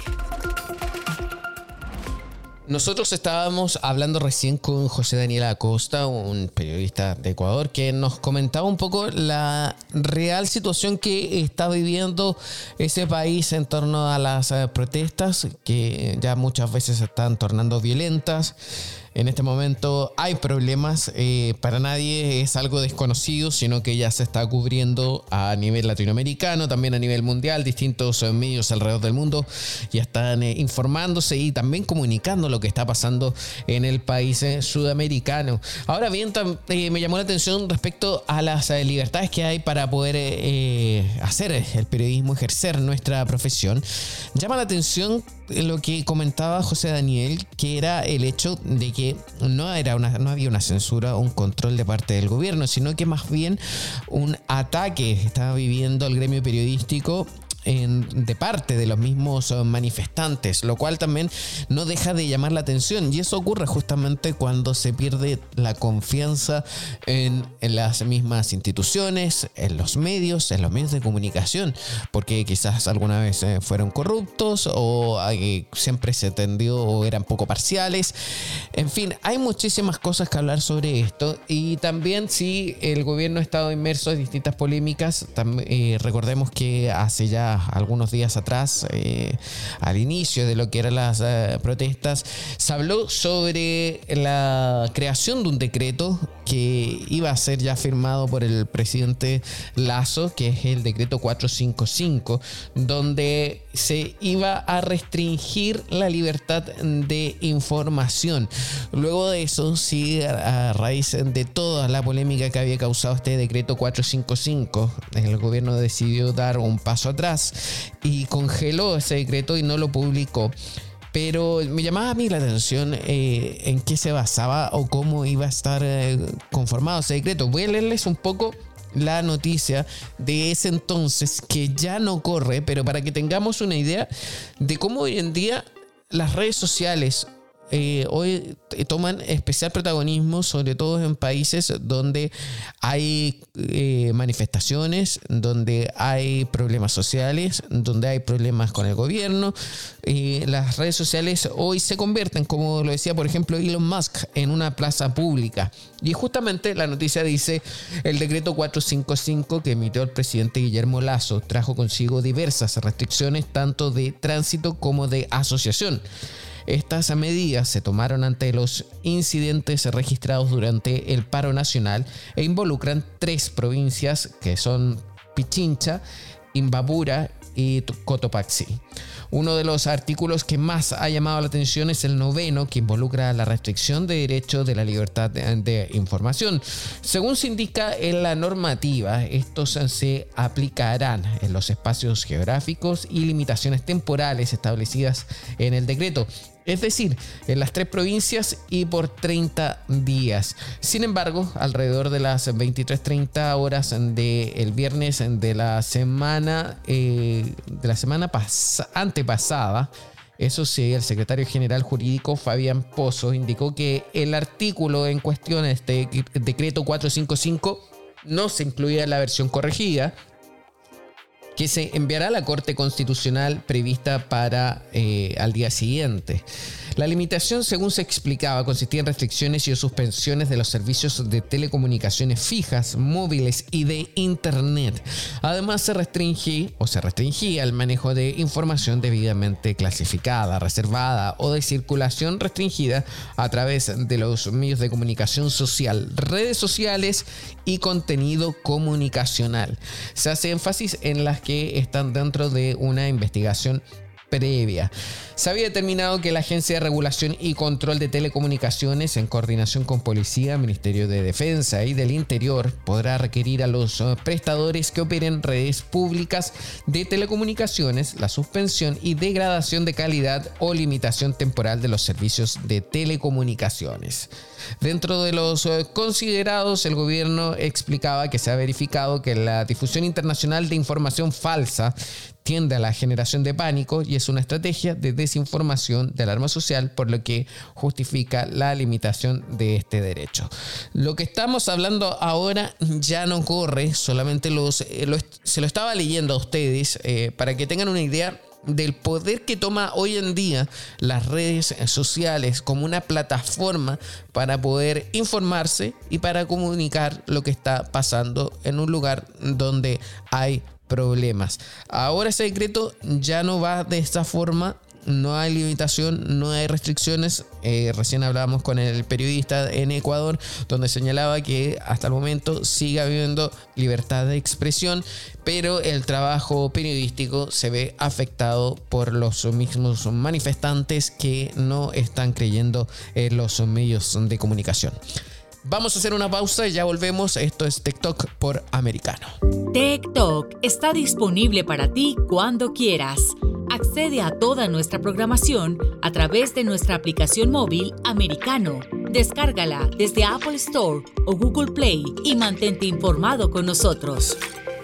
Nosotros estábamos hablando recién con José Daniel Acosta, un periodista de Ecuador, que nos comentaba un poco la real situación que está viviendo ese país en torno a las protestas, que ya muchas veces se están tornando violentas. En este momento hay problemas, eh, para nadie es algo desconocido, sino que ya se está cubriendo a nivel latinoamericano, también a nivel mundial. Distintos medios alrededor del mundo ya están eh, informándose y también comunicando lo que está pasando en el país eh, sudamericano. Ahora bien, tam, eh, me llamó la atención respecto a las eh, libertades que hay para poder eh, hacer el periodismo, ejercer nuestra profesión. Llama la atención lo que comentaba José Daniel, que era el hecho de que no era una, no había una censura o un control de parte del gobierno, sino que más bien un ataque estaba viviendo el gremio periodístico En, de parte de los mismos manifestantes, lo cual también no deja de llamar la atención, y eso ocurre justamente cuando se pierde la confianza en, en las mismas instituciones, en los medios, en los medios de comunicación, porque quizás alguna vez eh, fueron corruptos o eh, siempre se tendió o eran poco parciales. En fin, hay muchísimas cosas que hablar sobre esto, y también si el gobierno ha estado inmerso en distintas polémicas. Tam- eh, recordemos que hace ya algunos días atrás, eh, al inicio de lo que eran las eh, protestas, se habló sobre la creación de un decreto que iba a ser ya firmado por el presidente Lasso, que es el decreto cuatrocientos cincuenta y cinco, donde se iba a restringir la libertad de información. Luego de eso, sí, a raíz de toda la polémica que había causado este decreto cuatrocientos cincuenta y cinco, el gobierno decidió dar un paso atrás y congeló ese decreto y no lo publicó. Pero me llamaba a mí la atención eh, en qué se basaba o cómo iba a estar eh, conformado ese decreto. Voy a leerles un poco la noticia de ese entonces, que ya no corre, pero para que tengamos una idea de cómo hoy en día las redes sociales Eh, hoy toman especial protagonismo, sobre todo en países donde hay eh, manifestaciones, donde hay problemas sociales, donde hay problemas con el gobierno. Eh, las redes sociales hoy se convierten, como lo decía por ejemplo Elon Musk, en una plaza pública. Y justamente la noticia dice: el decreto cuatrocientos cincuenta y cinco que emitió el presidente Guillermo Lasso trajo consigo diversas restricciones, tanto de tránsito como de asociación. Estas medidas se tomaron ante los incidentes registrados durante el paro nacional e involucran tres provincias, que son Pichincha, Imbabura y Cotopaxi. Uno de los artículos que más ha llamado la atención es el noveno, que involucra la restricción de derecho de la libertad de, de información. Según se indica en la normativa, estos se aplicarán en los espacios geográficos y limitaciones temporales establecidas en el decreto, es decir, en las tres provincias y por treinta días. Sin embargo, alrededor de las veintitrés treinta horas del viernes de la semana eh, de la semana pas- antepasada, eso sí, el secretario general jurídico Fabián Pozo indicó que el artículo en cuestión, este decreto cuatrocientos cincuenta y cinco, no se incluía en la versión corregida, que se enviará a la Corte Constitucional prevista para eh, al día siguiente. La limitación, según se explicaba, consistía en restricciones y suspensiones de los servicios de telecomunicaciones fijas, móviles y de Internet. Además, se restringía o se restringía el manejo de información debidamente clasificada, reservada o de circulación restringida a través de los medios de comunicación social, redes sociales y contenido comunicacional. Se hace énfasis en las que están dentro de una investigación previa. Se había determinado que la Agencia de Regulación y Control de Telecomunicaciones, en coordinación con Policía, Ministerio de Defensa y del Interior, podrá requerir a los prestadores que operen redes públicas de telecomunicaciones la suspensión y degradación de calidad o limitación temporal de los servicios de telecomunicaciones. Dentro de los considerados, el gobierno explicaba que se ha verificado que la difusión internacional de información falsa tiende a la generación de pánico y es una estrategia de desinformación de alarma social, por lo que justifica la limitación de este derecho. Lo que estamos hablando ahora ya no corre, solamente los, eh, lo, se lo estaba leyendo a ustedes eh, para que tengan una idea del poder que toma hoy en día las redes sociales como una plataforma para poder informarse y para comunicar lo que está pasando en un lugar donde hay problemas. Ahora ese decreto ya no va de esta forma. No hay limitación, no hay restricciones. Eh, recién hablábamos con el periodista en Ecuador, donde señalaba que hasta el momento sigue habiendo libertad de expresión, pero el trabajo periodístico se ve afectado por los mismos manifestantes que no están creyendo en los medios de comunicación. Vamos a hacer una pausa y ya volvemos. Esto es Tech Talk por Americano. Tech Talk está disponible para ti cuando quieras. Accede a toda nuestra programación a través de nuestra aplicación móvil Americano. Descárgala desde Apple Store o Google Play y mantente informado con nosotros.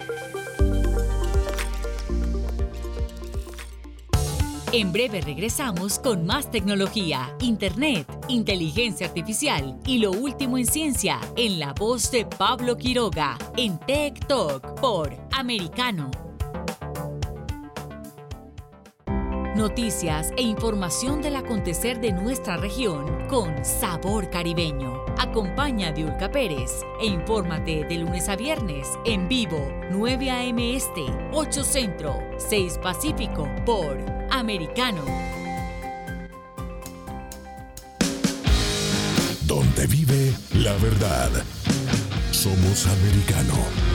En breve regresamos con más tecnología, internet, inteligencia artificial y lo último en ciencia en la voz de Pablo Quiroga en Tech Talk por Americano. Noticias e información del acontecer de nuestra región con sabor caribeño. Acompaña a Diulca Pérez e infórmate de lunes a viernes en vivo, nueve a.m. Este, ocho Centro, seis Pacífico por Americano. Donde donde vive la verdad. Somos Americano.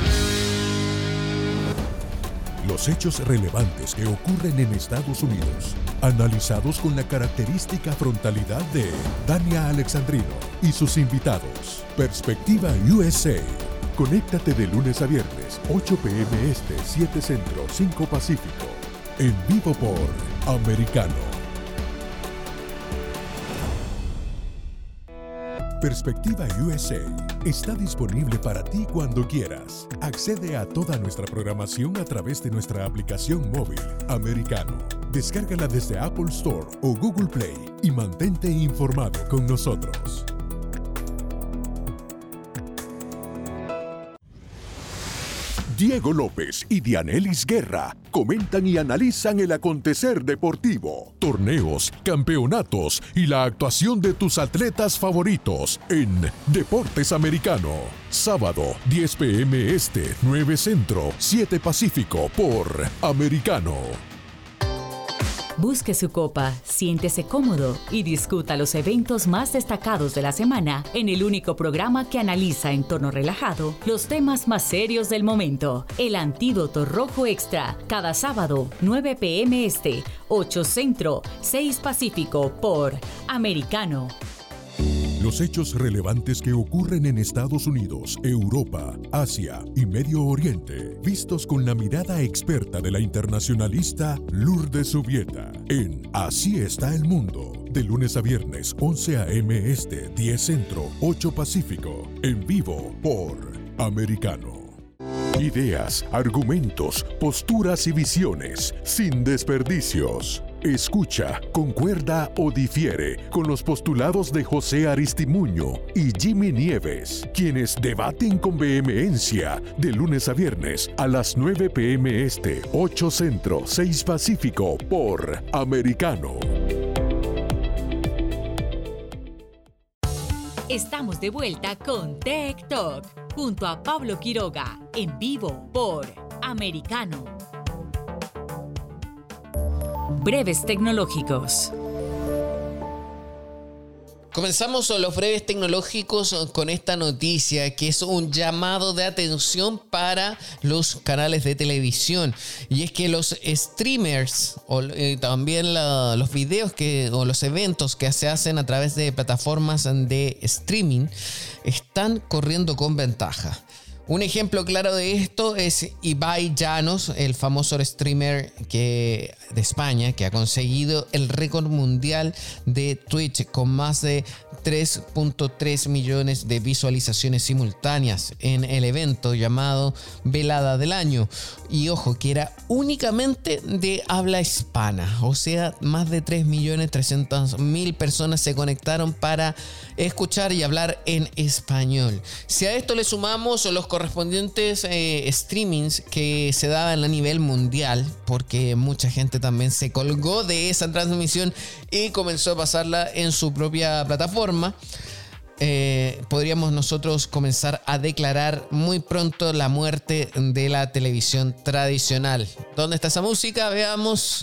Los hechos relevantes que ocurren en Estados Unidos, analizados con la característica frontalidad de Dania Alexandrino y sus invitados. Perspectiva U S A. Conéctate de lunes a viernes, ocho p m este, siete centro, cinco pacífico. En vivo por Americano. Perspectiva U S A está disponible para ti cuando quieras. Accede a toda nuestra programación a través de nuestra aplicación móvil Americano. Descárgala desde Apple Store o Google Play y mantente informado con nosotros. Diego López y Dianelis Guerra comentan y analizan el acontecer deportivo, torneos, campeonatos y la actuación de tus atletas favoritos en Deportes Americano. Sábado, diez p m este, nueve centro, siete pacífico por Americano. Busque su copa, siéntese cómodo y discuta los eventos más destacados de la semana en el único programa que analiza en tono relajado los temas más serios del momento. El Antídoto Rojo Extra, cada sábado, nueve p m este, ocho centro, seis pacífico por Americano. Los hechos relevantes que ocurren en Estados Unidos, Europa, Asia y Medio Oriente, vistos con la mirada experta de la internacionalista Lourdes Subieta, en Así está el mundo, de lunes a viernes, once a m este, diez centro, ocho pacífico, en vivo por Americano. Ideas, argumentos, posturas y visiones, sin desperdicios. Escucha, concuerda o difiere con los postulados de José Aristimuño y Jimmy Nieves, quienes debaten con vehemencia de lunes a viernes a las nueve p m este, ocho centro, seis pacífico por Americano. Estamos de vuelta con Tech Talk junto a Pablo Quiroga en vivo por Americano. Breves tecnológicos. Comenzamos los breves tecnológicos con esta noticia que es un llamado de atención para los canales de televisión, y es que los streamers o eh, también la, los videos que o los eventos que se hacen a través de plataformas de streaming están corriendo con ventaja. Un ejemplo claro de esto es Ibai Llanos, el famoso streamer que, de España, que ha conseguido el récord mundial de Twitch con más de tres punto tres millones de visualizaciones simultáneas en el evento llamado Velada del Año. Y ojo, que era únicamente de habla hispana, o sea, más de tres millones trescientas mil personas se conectaron para escuchar y hablar en español. Si a esto le sumamos los correspondientes eh, streamings que se daban a nivel mundial, porque mucha gente también se colgó de esa transmisión y comenzó a pasarla en su propia plataforma, eh, podríamos nosotros comenzar a declarar muy pronto la muerte de la televisión tradicional. ¿Dónde está esa música? Veamos.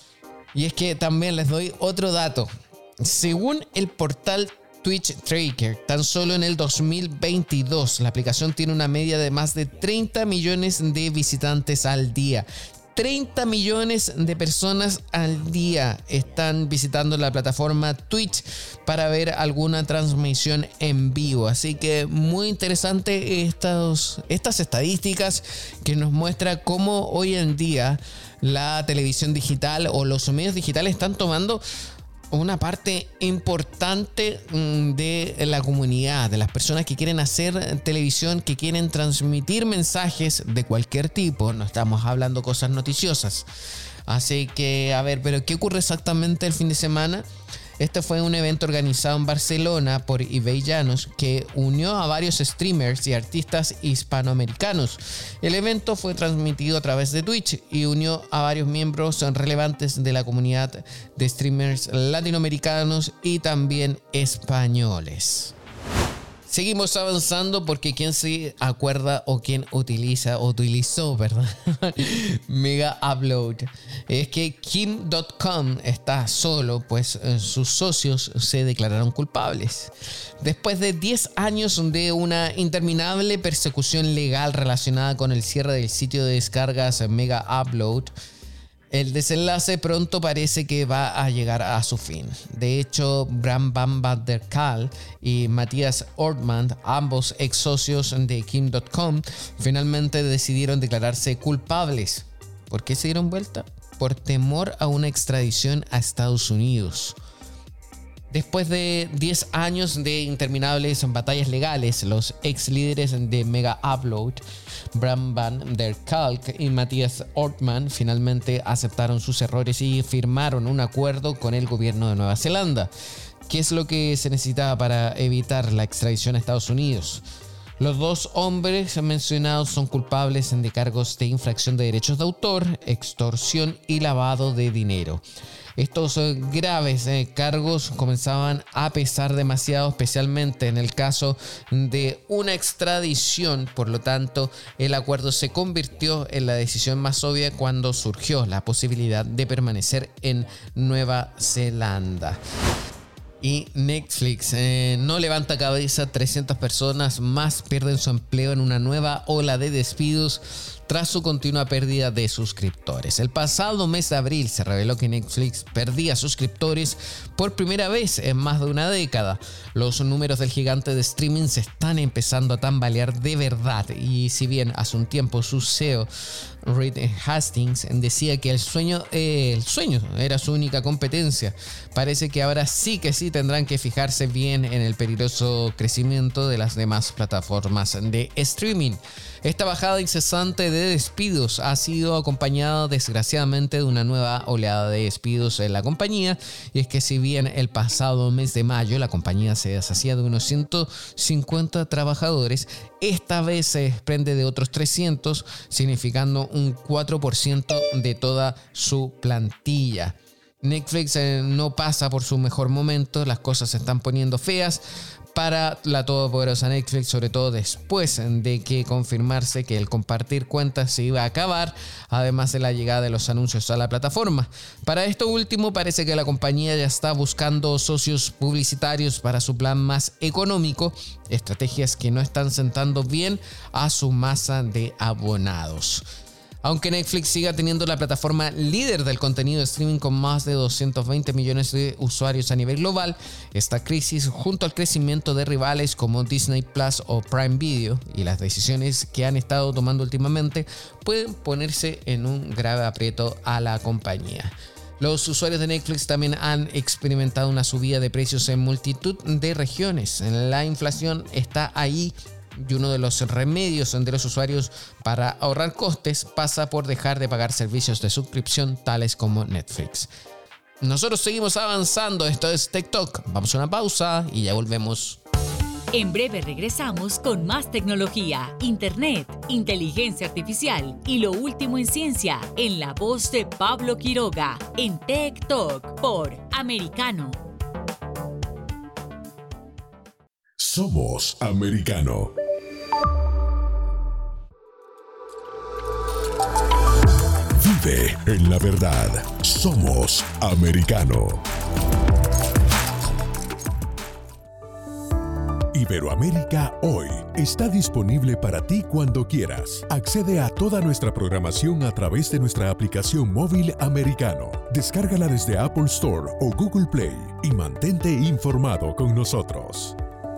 Y es que también les doy otro dato. Según el portal Twitch Tracker, tan solo en el dos mil veintidós la aplicación tiene una media de más de treinta millones de visitantes al día. treinta millones de personas al día están visitando la plataforma Twitch para ver alguna transmisión en vivo. Así que muy interesante estos, estas estadísticas que nos muestra cómo hoy en día la televisión digital o los medios digitales están tomando una parte importante de la comunidad, de las personas que quieren hacer televisión, que quieren transmitir mensajes de cualquier tipo. No estamos hablando cosas noticiosas. Así que, a ver, pero ¿qué ocurre exactamente el fin de semana? Este fue un evento organizado en Barcelona por Ibai Llanos que unió a varios streamers y artistas hispanoamericanos. El evento fue transmitido a través de Twitch y unió a varios miembros relevantes de la comunidad de streamers latinoamericanos y también españoles. Seguimos avanzando porque quien se acuerda o quien utiliza o utilizó, ¿verdad? Mega Upload. Es que Kim punto com está solo, pues sus socios se declararon culpables. Después de diez años de una interminable persecución legal relacionada con el cierre del sitio de descargas Mega Upload, el desenlace pronto parece que va a llegar a su fin. De hecho, Bram Van der Kaal y Matthias Ortmann, ambos ex socios de Kim punto com, finalmente decidieron declararse culpables. ¿Por qué se dieron vuelta? Por temor a una extradición a Estados Unidos. Después de diez años de interminables batallas legales, los ex líderes de Mega Upload, Bram Van der Kalk y Matthias Ortmann, finalmente aceptaron sus errores y firmaron un acuerdo con el gobierno de Nueva Zelanda. ¿Qué es lo que se necesitaba para evitar la extradición a Estados Unidos? Los dos hombres mencionados son culpables de cargos de infracción de derechos de autor, extorsión y lavado de dinero. Estos graves eh, cargos comenzaban a pesar demasiado, especialmente en el caso de una extradición. Por lo tanto, el acuerdo se convirtió en la decisión más obvia cuando surgió la posibilidad de permanecer en Nueva Zelanda. Y Netflix eh, no levanta cabeza. trescientas personas más pierden su empleo en una nueva ola de despidos tras su continua pérdida de suscriptores. El pasado mes de abril se reveló que Netflix perdía suscriptores por primera vez en más de una década. Los números del gigante de streaming se están empezando a tambalear de verdad, y si bien hace un tiempo su C E O Reed Hastings decía que el sueño, eh, el sueño era su única competencia, parece que ahora sí que sí tendrán que fijarse bien en el peligroso crecimiento de las demás plataformas de streaming. Esta bajada incesante de despidos ha sido acompañada desgraciadamente de una nueva oleada de despidos en la compañía, y es que si bien el pasado mes de mayo la compañía se deshacía de unos ciento cincuenta trabajadores, esta vez se desprende de otros trescientos, significando un cuatro por ciento de toda su plantilla. Netflix eh, no pasa por su mejor momento, las cosas se están poniendo feas para la todopoderosa Netflix, sobre todo después de que confirmarse que el compartir cuentas se iba a acabar, además de la llegada de los anuncios a la plataforma. Para esto último, parece que la compañía ya está buscando socios publicitarios para su plan más económico, estrategias que no están sentando bien a su masa de abonados. Aunque Netflix siga teniendo la plataforma líder del contenido de streaming con más de doscientos veinte millones de usuarios a nivel global, esta crisis, junto al crecimiento de rivales como Disney Plus o Prime Video y las decisiones que han estado tomando últimamente, pueden ponerse en un grave aprieto a la compañía. Los usuarios de Netflix también han experimentado una subida de precios en multitud de regiones. La inflación está ahí, y uno de los remedios de los usuarios para ahorrar costes pasa por dejar de pagar servicios de suscripción tales como Netflix. Nosotros seguimos avanzando, esto es Tech Talk. Vamos a una pausa y ya volvemos. En breve regresamos con más tecnología, internet, inteligencia artificial y lo último en ciencia, en la voz de Pablo Quiroga, en Tech Talk por Americano. Somos Americano. Vive en la verdad. Somos Americano. Iberoamérica Hoy está disponible para ti cuando quieras. Accede a toda nuestra programación a través de nuestra aplicación móvil Americano. Descárgala desde Apple Store o Google Play y mantente informado con nosotros.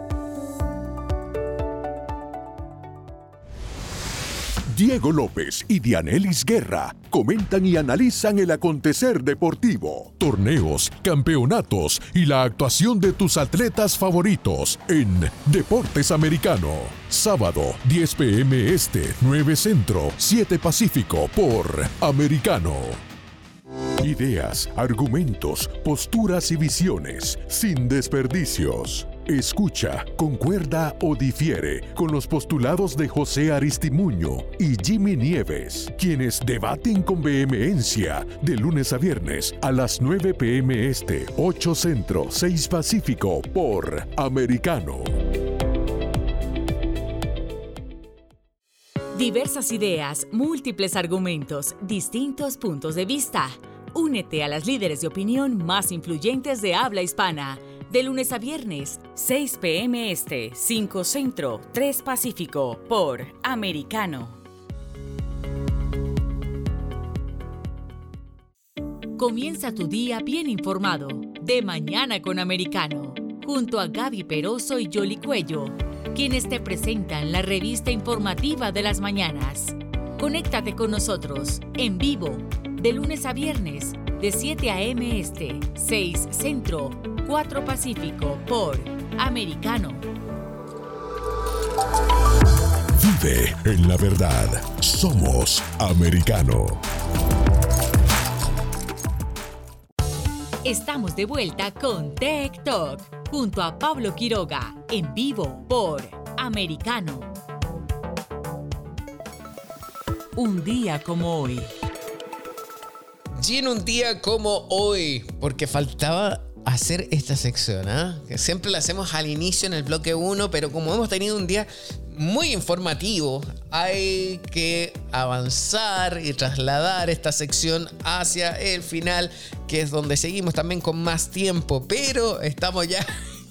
Diego López y Dianelis Guerra comentan y analizan el acontecer deportivo, torneos, campeonatos y la actuación de tus atletas favoritos en Deportes Americano. Sábado, diez p m Este, nueve Centro, siete Pacífico por Americano. Ideas, argumentos, posturas y visiones, sin desperdicios. Escucha, concuerda o difiere con los postulados de José Aristimuño y Jimmy Nieves, quienes debaten con vehemencia de lunes a viernes a las nueve p m Este, ocho Centro, seis Pacífico por Americano. Diversas ideas, múltiples argumentos, distintos puntos de vista. Únete a las líderes de opinión más influyentes de habla hispana. De lunes a viernes, seis p.m. Este, cinco Centro, tres Pacífico, por Americano. Comienza tu día bien informado. De Mañana con Americano. Junto a Gaby Peroso y Yoli Cuello, quienes te presentan la revista informativa de las mañanas. Conéctate con nosotros en vivo de lunes a viernes de siete a.m. Este, seis Centro, cuatro Pacífico por Americano. Vive en la verdad. Somos Americano. Estamos de vuelta con Tech Talk junto a Pablo Quiroga en vivo por Americano. Un día como hoy. Y en un día como hoy, porque faltaba hacer esta sección, ¿eh? Que siempre la hacemos al inicio en el bloque uno, pero como hemos tenido un día muy informativo, hay que avanzar y trasladar esta sección hacia el final, que es donde seguimos también con más tiempo, pero estamos ya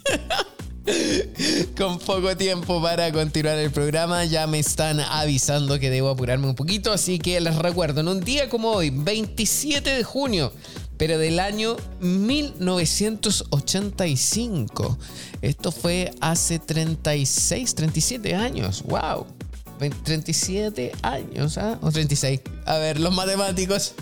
con poco tiempo para continuar el programa. Ya me están avisando que debo apurarme un poquito, así que les recuerdo, en un día como hoy, veintisiete de junio, pero del año mil novecientos ochenta y cinco. Esto fue hace treinta y seis, treinta y siete años. ¡Wow! treinta y siete años, ¿ah? ¿O treinta y seis? A ver, los matemáticos.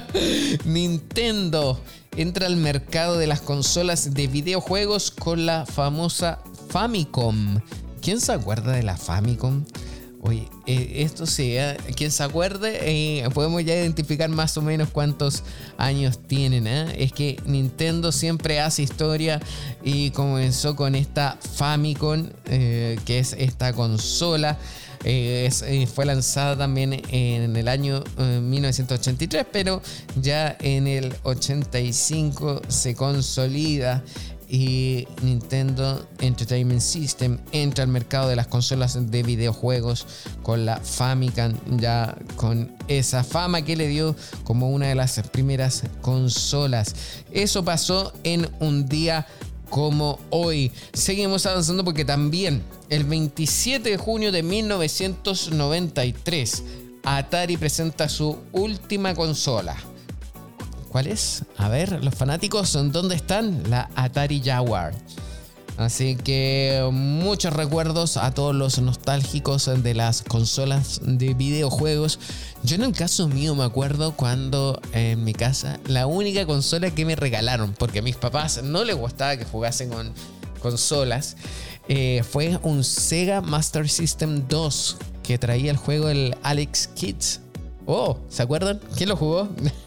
Nintendo entra al mercado de las consolas de videojuegos con la famosa Famicom. ¿Quién se acuerda de la Famicom? Oye, eh, esto sí, ¿eh? Quien se acuerde, eh, podemos ya identificar más o menos cuántos años tienen, ¿eh? Es que Nintendo siempre hace historia y comenzó con esta Famicom, eh, que es esta consola. Eh, es, eh, fue lanzada también en el año eh, mil novecientos ochenta y tres, pero ya en el ochenta y cinco se consolida. Y Nintendo Entertainment System entra al mercado de las consolas de videojuegos con la Famicom, ya con esa fama que le dio como una de las primeras consolas. Eso pasó en un día como hoy. Seguimos avanzando porque también el veintisiete de junio de mil novecientos noventa y tres Atari presenta su última consola. ¿Cuál es? A ver, los fanáticos, ¿dónde están? La Atari Jaguar. Así que muchos recuerdos a todos los nostálgicos de las consolas de videojuegos. Yo en el caso mío me acuerdo cuando en mi casa la única consola que me regalaron, porque a mis papás no les gustaba que jugasen con consolas, eh, fue un Sega Master System dos que traía el juego el Alex Kidd. Oh, ¿se acuerdan? ¿Quién lo jugó?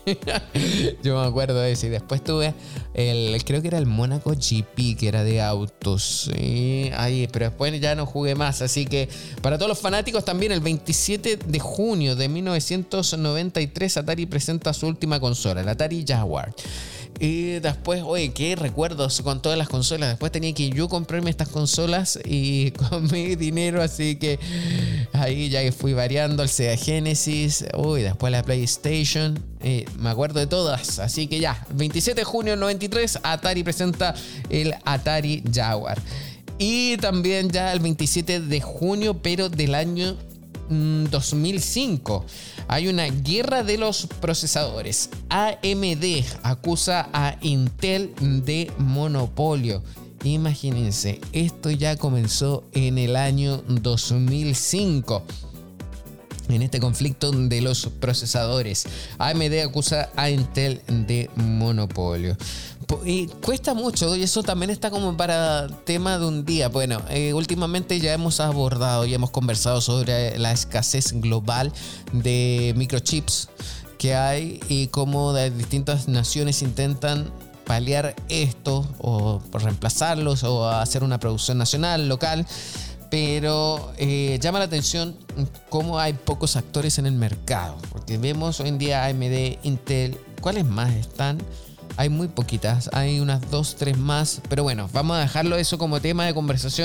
Yo me acuerdo de ese. Y después tuve el, creo que era el Monaco G P, que era de autos. Sí, ahí, pero después ya no jugué más. Así que para todos los fanáticos también, el veintisiete de junio de mil novecientos noventa y tres Atari presenta su última consola, el Atari Jaguar. Y después, oye, qué recuerdos con todas las consolas. Después tenía que yo comprarme estas consolas y con mi dinero, así que ahí ya fui variando el Sega Genesis, uy, después la PlayStation, eh, me acuerdo de todas. Así que ya, veintisiete de junio del noventa y tres, Atari presenta el Atari Jaguar. Y también ya el veintisiete de junio, pero del año dos mil cinco, hay una guerra de los procesadores. A M D acusa a Intel de monopolio. Imagínense, esto ya comenzó en el año dos mil cinco. En este conflicto de los procesadores, A M D acusa a Intel de monopolio. Y cuesta mucho, y eso también está como para tema de un día. Bueno, eh, últimamente ya hemos abordado y hemos conversado sobre la escasez global de microchips que hay y cómo de distintas naciones intentan paliar esto o reemplazarlos o hacer una producción nacional, local. Pero eh, llama la atención cómo hay pocos actores en el mercado, porque vemos hoy en día A M D, Intel, ¿cuáles más están? Hay muy poquitas, hay unas dos, tres más, pero bueno, vamos a dejarlo eso como tema de conversación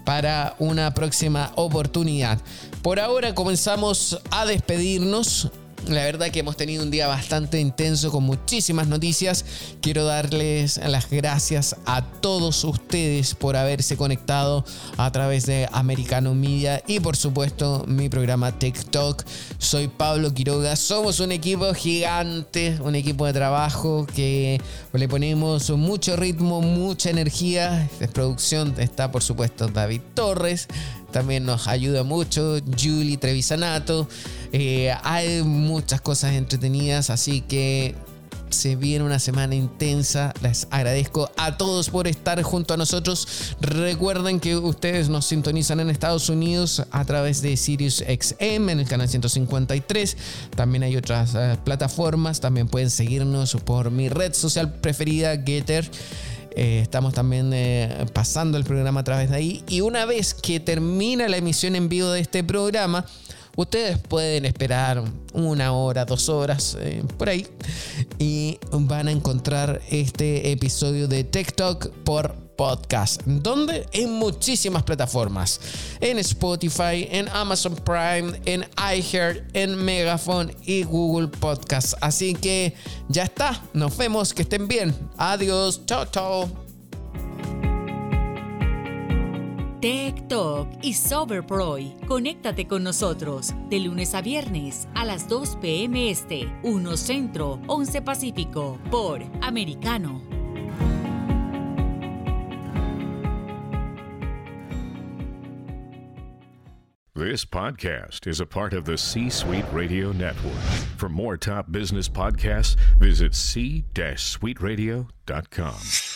para una próxima oportunidad. Por ahora comenzamos a despedirnos. La verdad que hemos tenido un día bastante intenso con muchísimas noticias. Quiero darles las gracias a todos ustedes por haberse conectado a través de Americano Media y por supuesto mi programa Tech Talk. Soy Pablo Quiroga. Somos un equipo gigante, un equipo de trabajo que le ponemos mucho ritmo, mucha energía. En producción está por supuesto David Torres. También nos ayuda mucho Julie Trevisanato. Eh, hay muchas cosas entretenidas, así que se viene una semana intensa. Les agradezco a todos por estar junto a nosotros. Recuerden que ustedes nos sintonizan en Estados Unidos a través de Sirius X M en el canal ciento cincuenta y tres. También hay otras uh, plataformas. También pueden seguirnos por mi red social preferida, Getter. Eh, estamos también eh, pasando el programa a través de ahí. Y una vez que termina la emisión en vivo de este programa, ustedes pueden esperar una hora, dos horas, eh, por ahí, y van a encontrar este episodio de Tech Talk por podcast, donde en muchísimas plataformas, en Spotify, en Amazon Prime, en iHeart, en Megaphone y Google Podcast. Así que ya está, nos vemos, que estén bien, adiós, chao chao. Tech Talk y Soberproy. Conéctate con nosotros de lunes a viernes a las dos p.m. Este, uno Centro, once Pacífico, por Americano. This podcast is a part of the C-Suite Radio Network. For more top business podcasts, visit c suite radio dot com.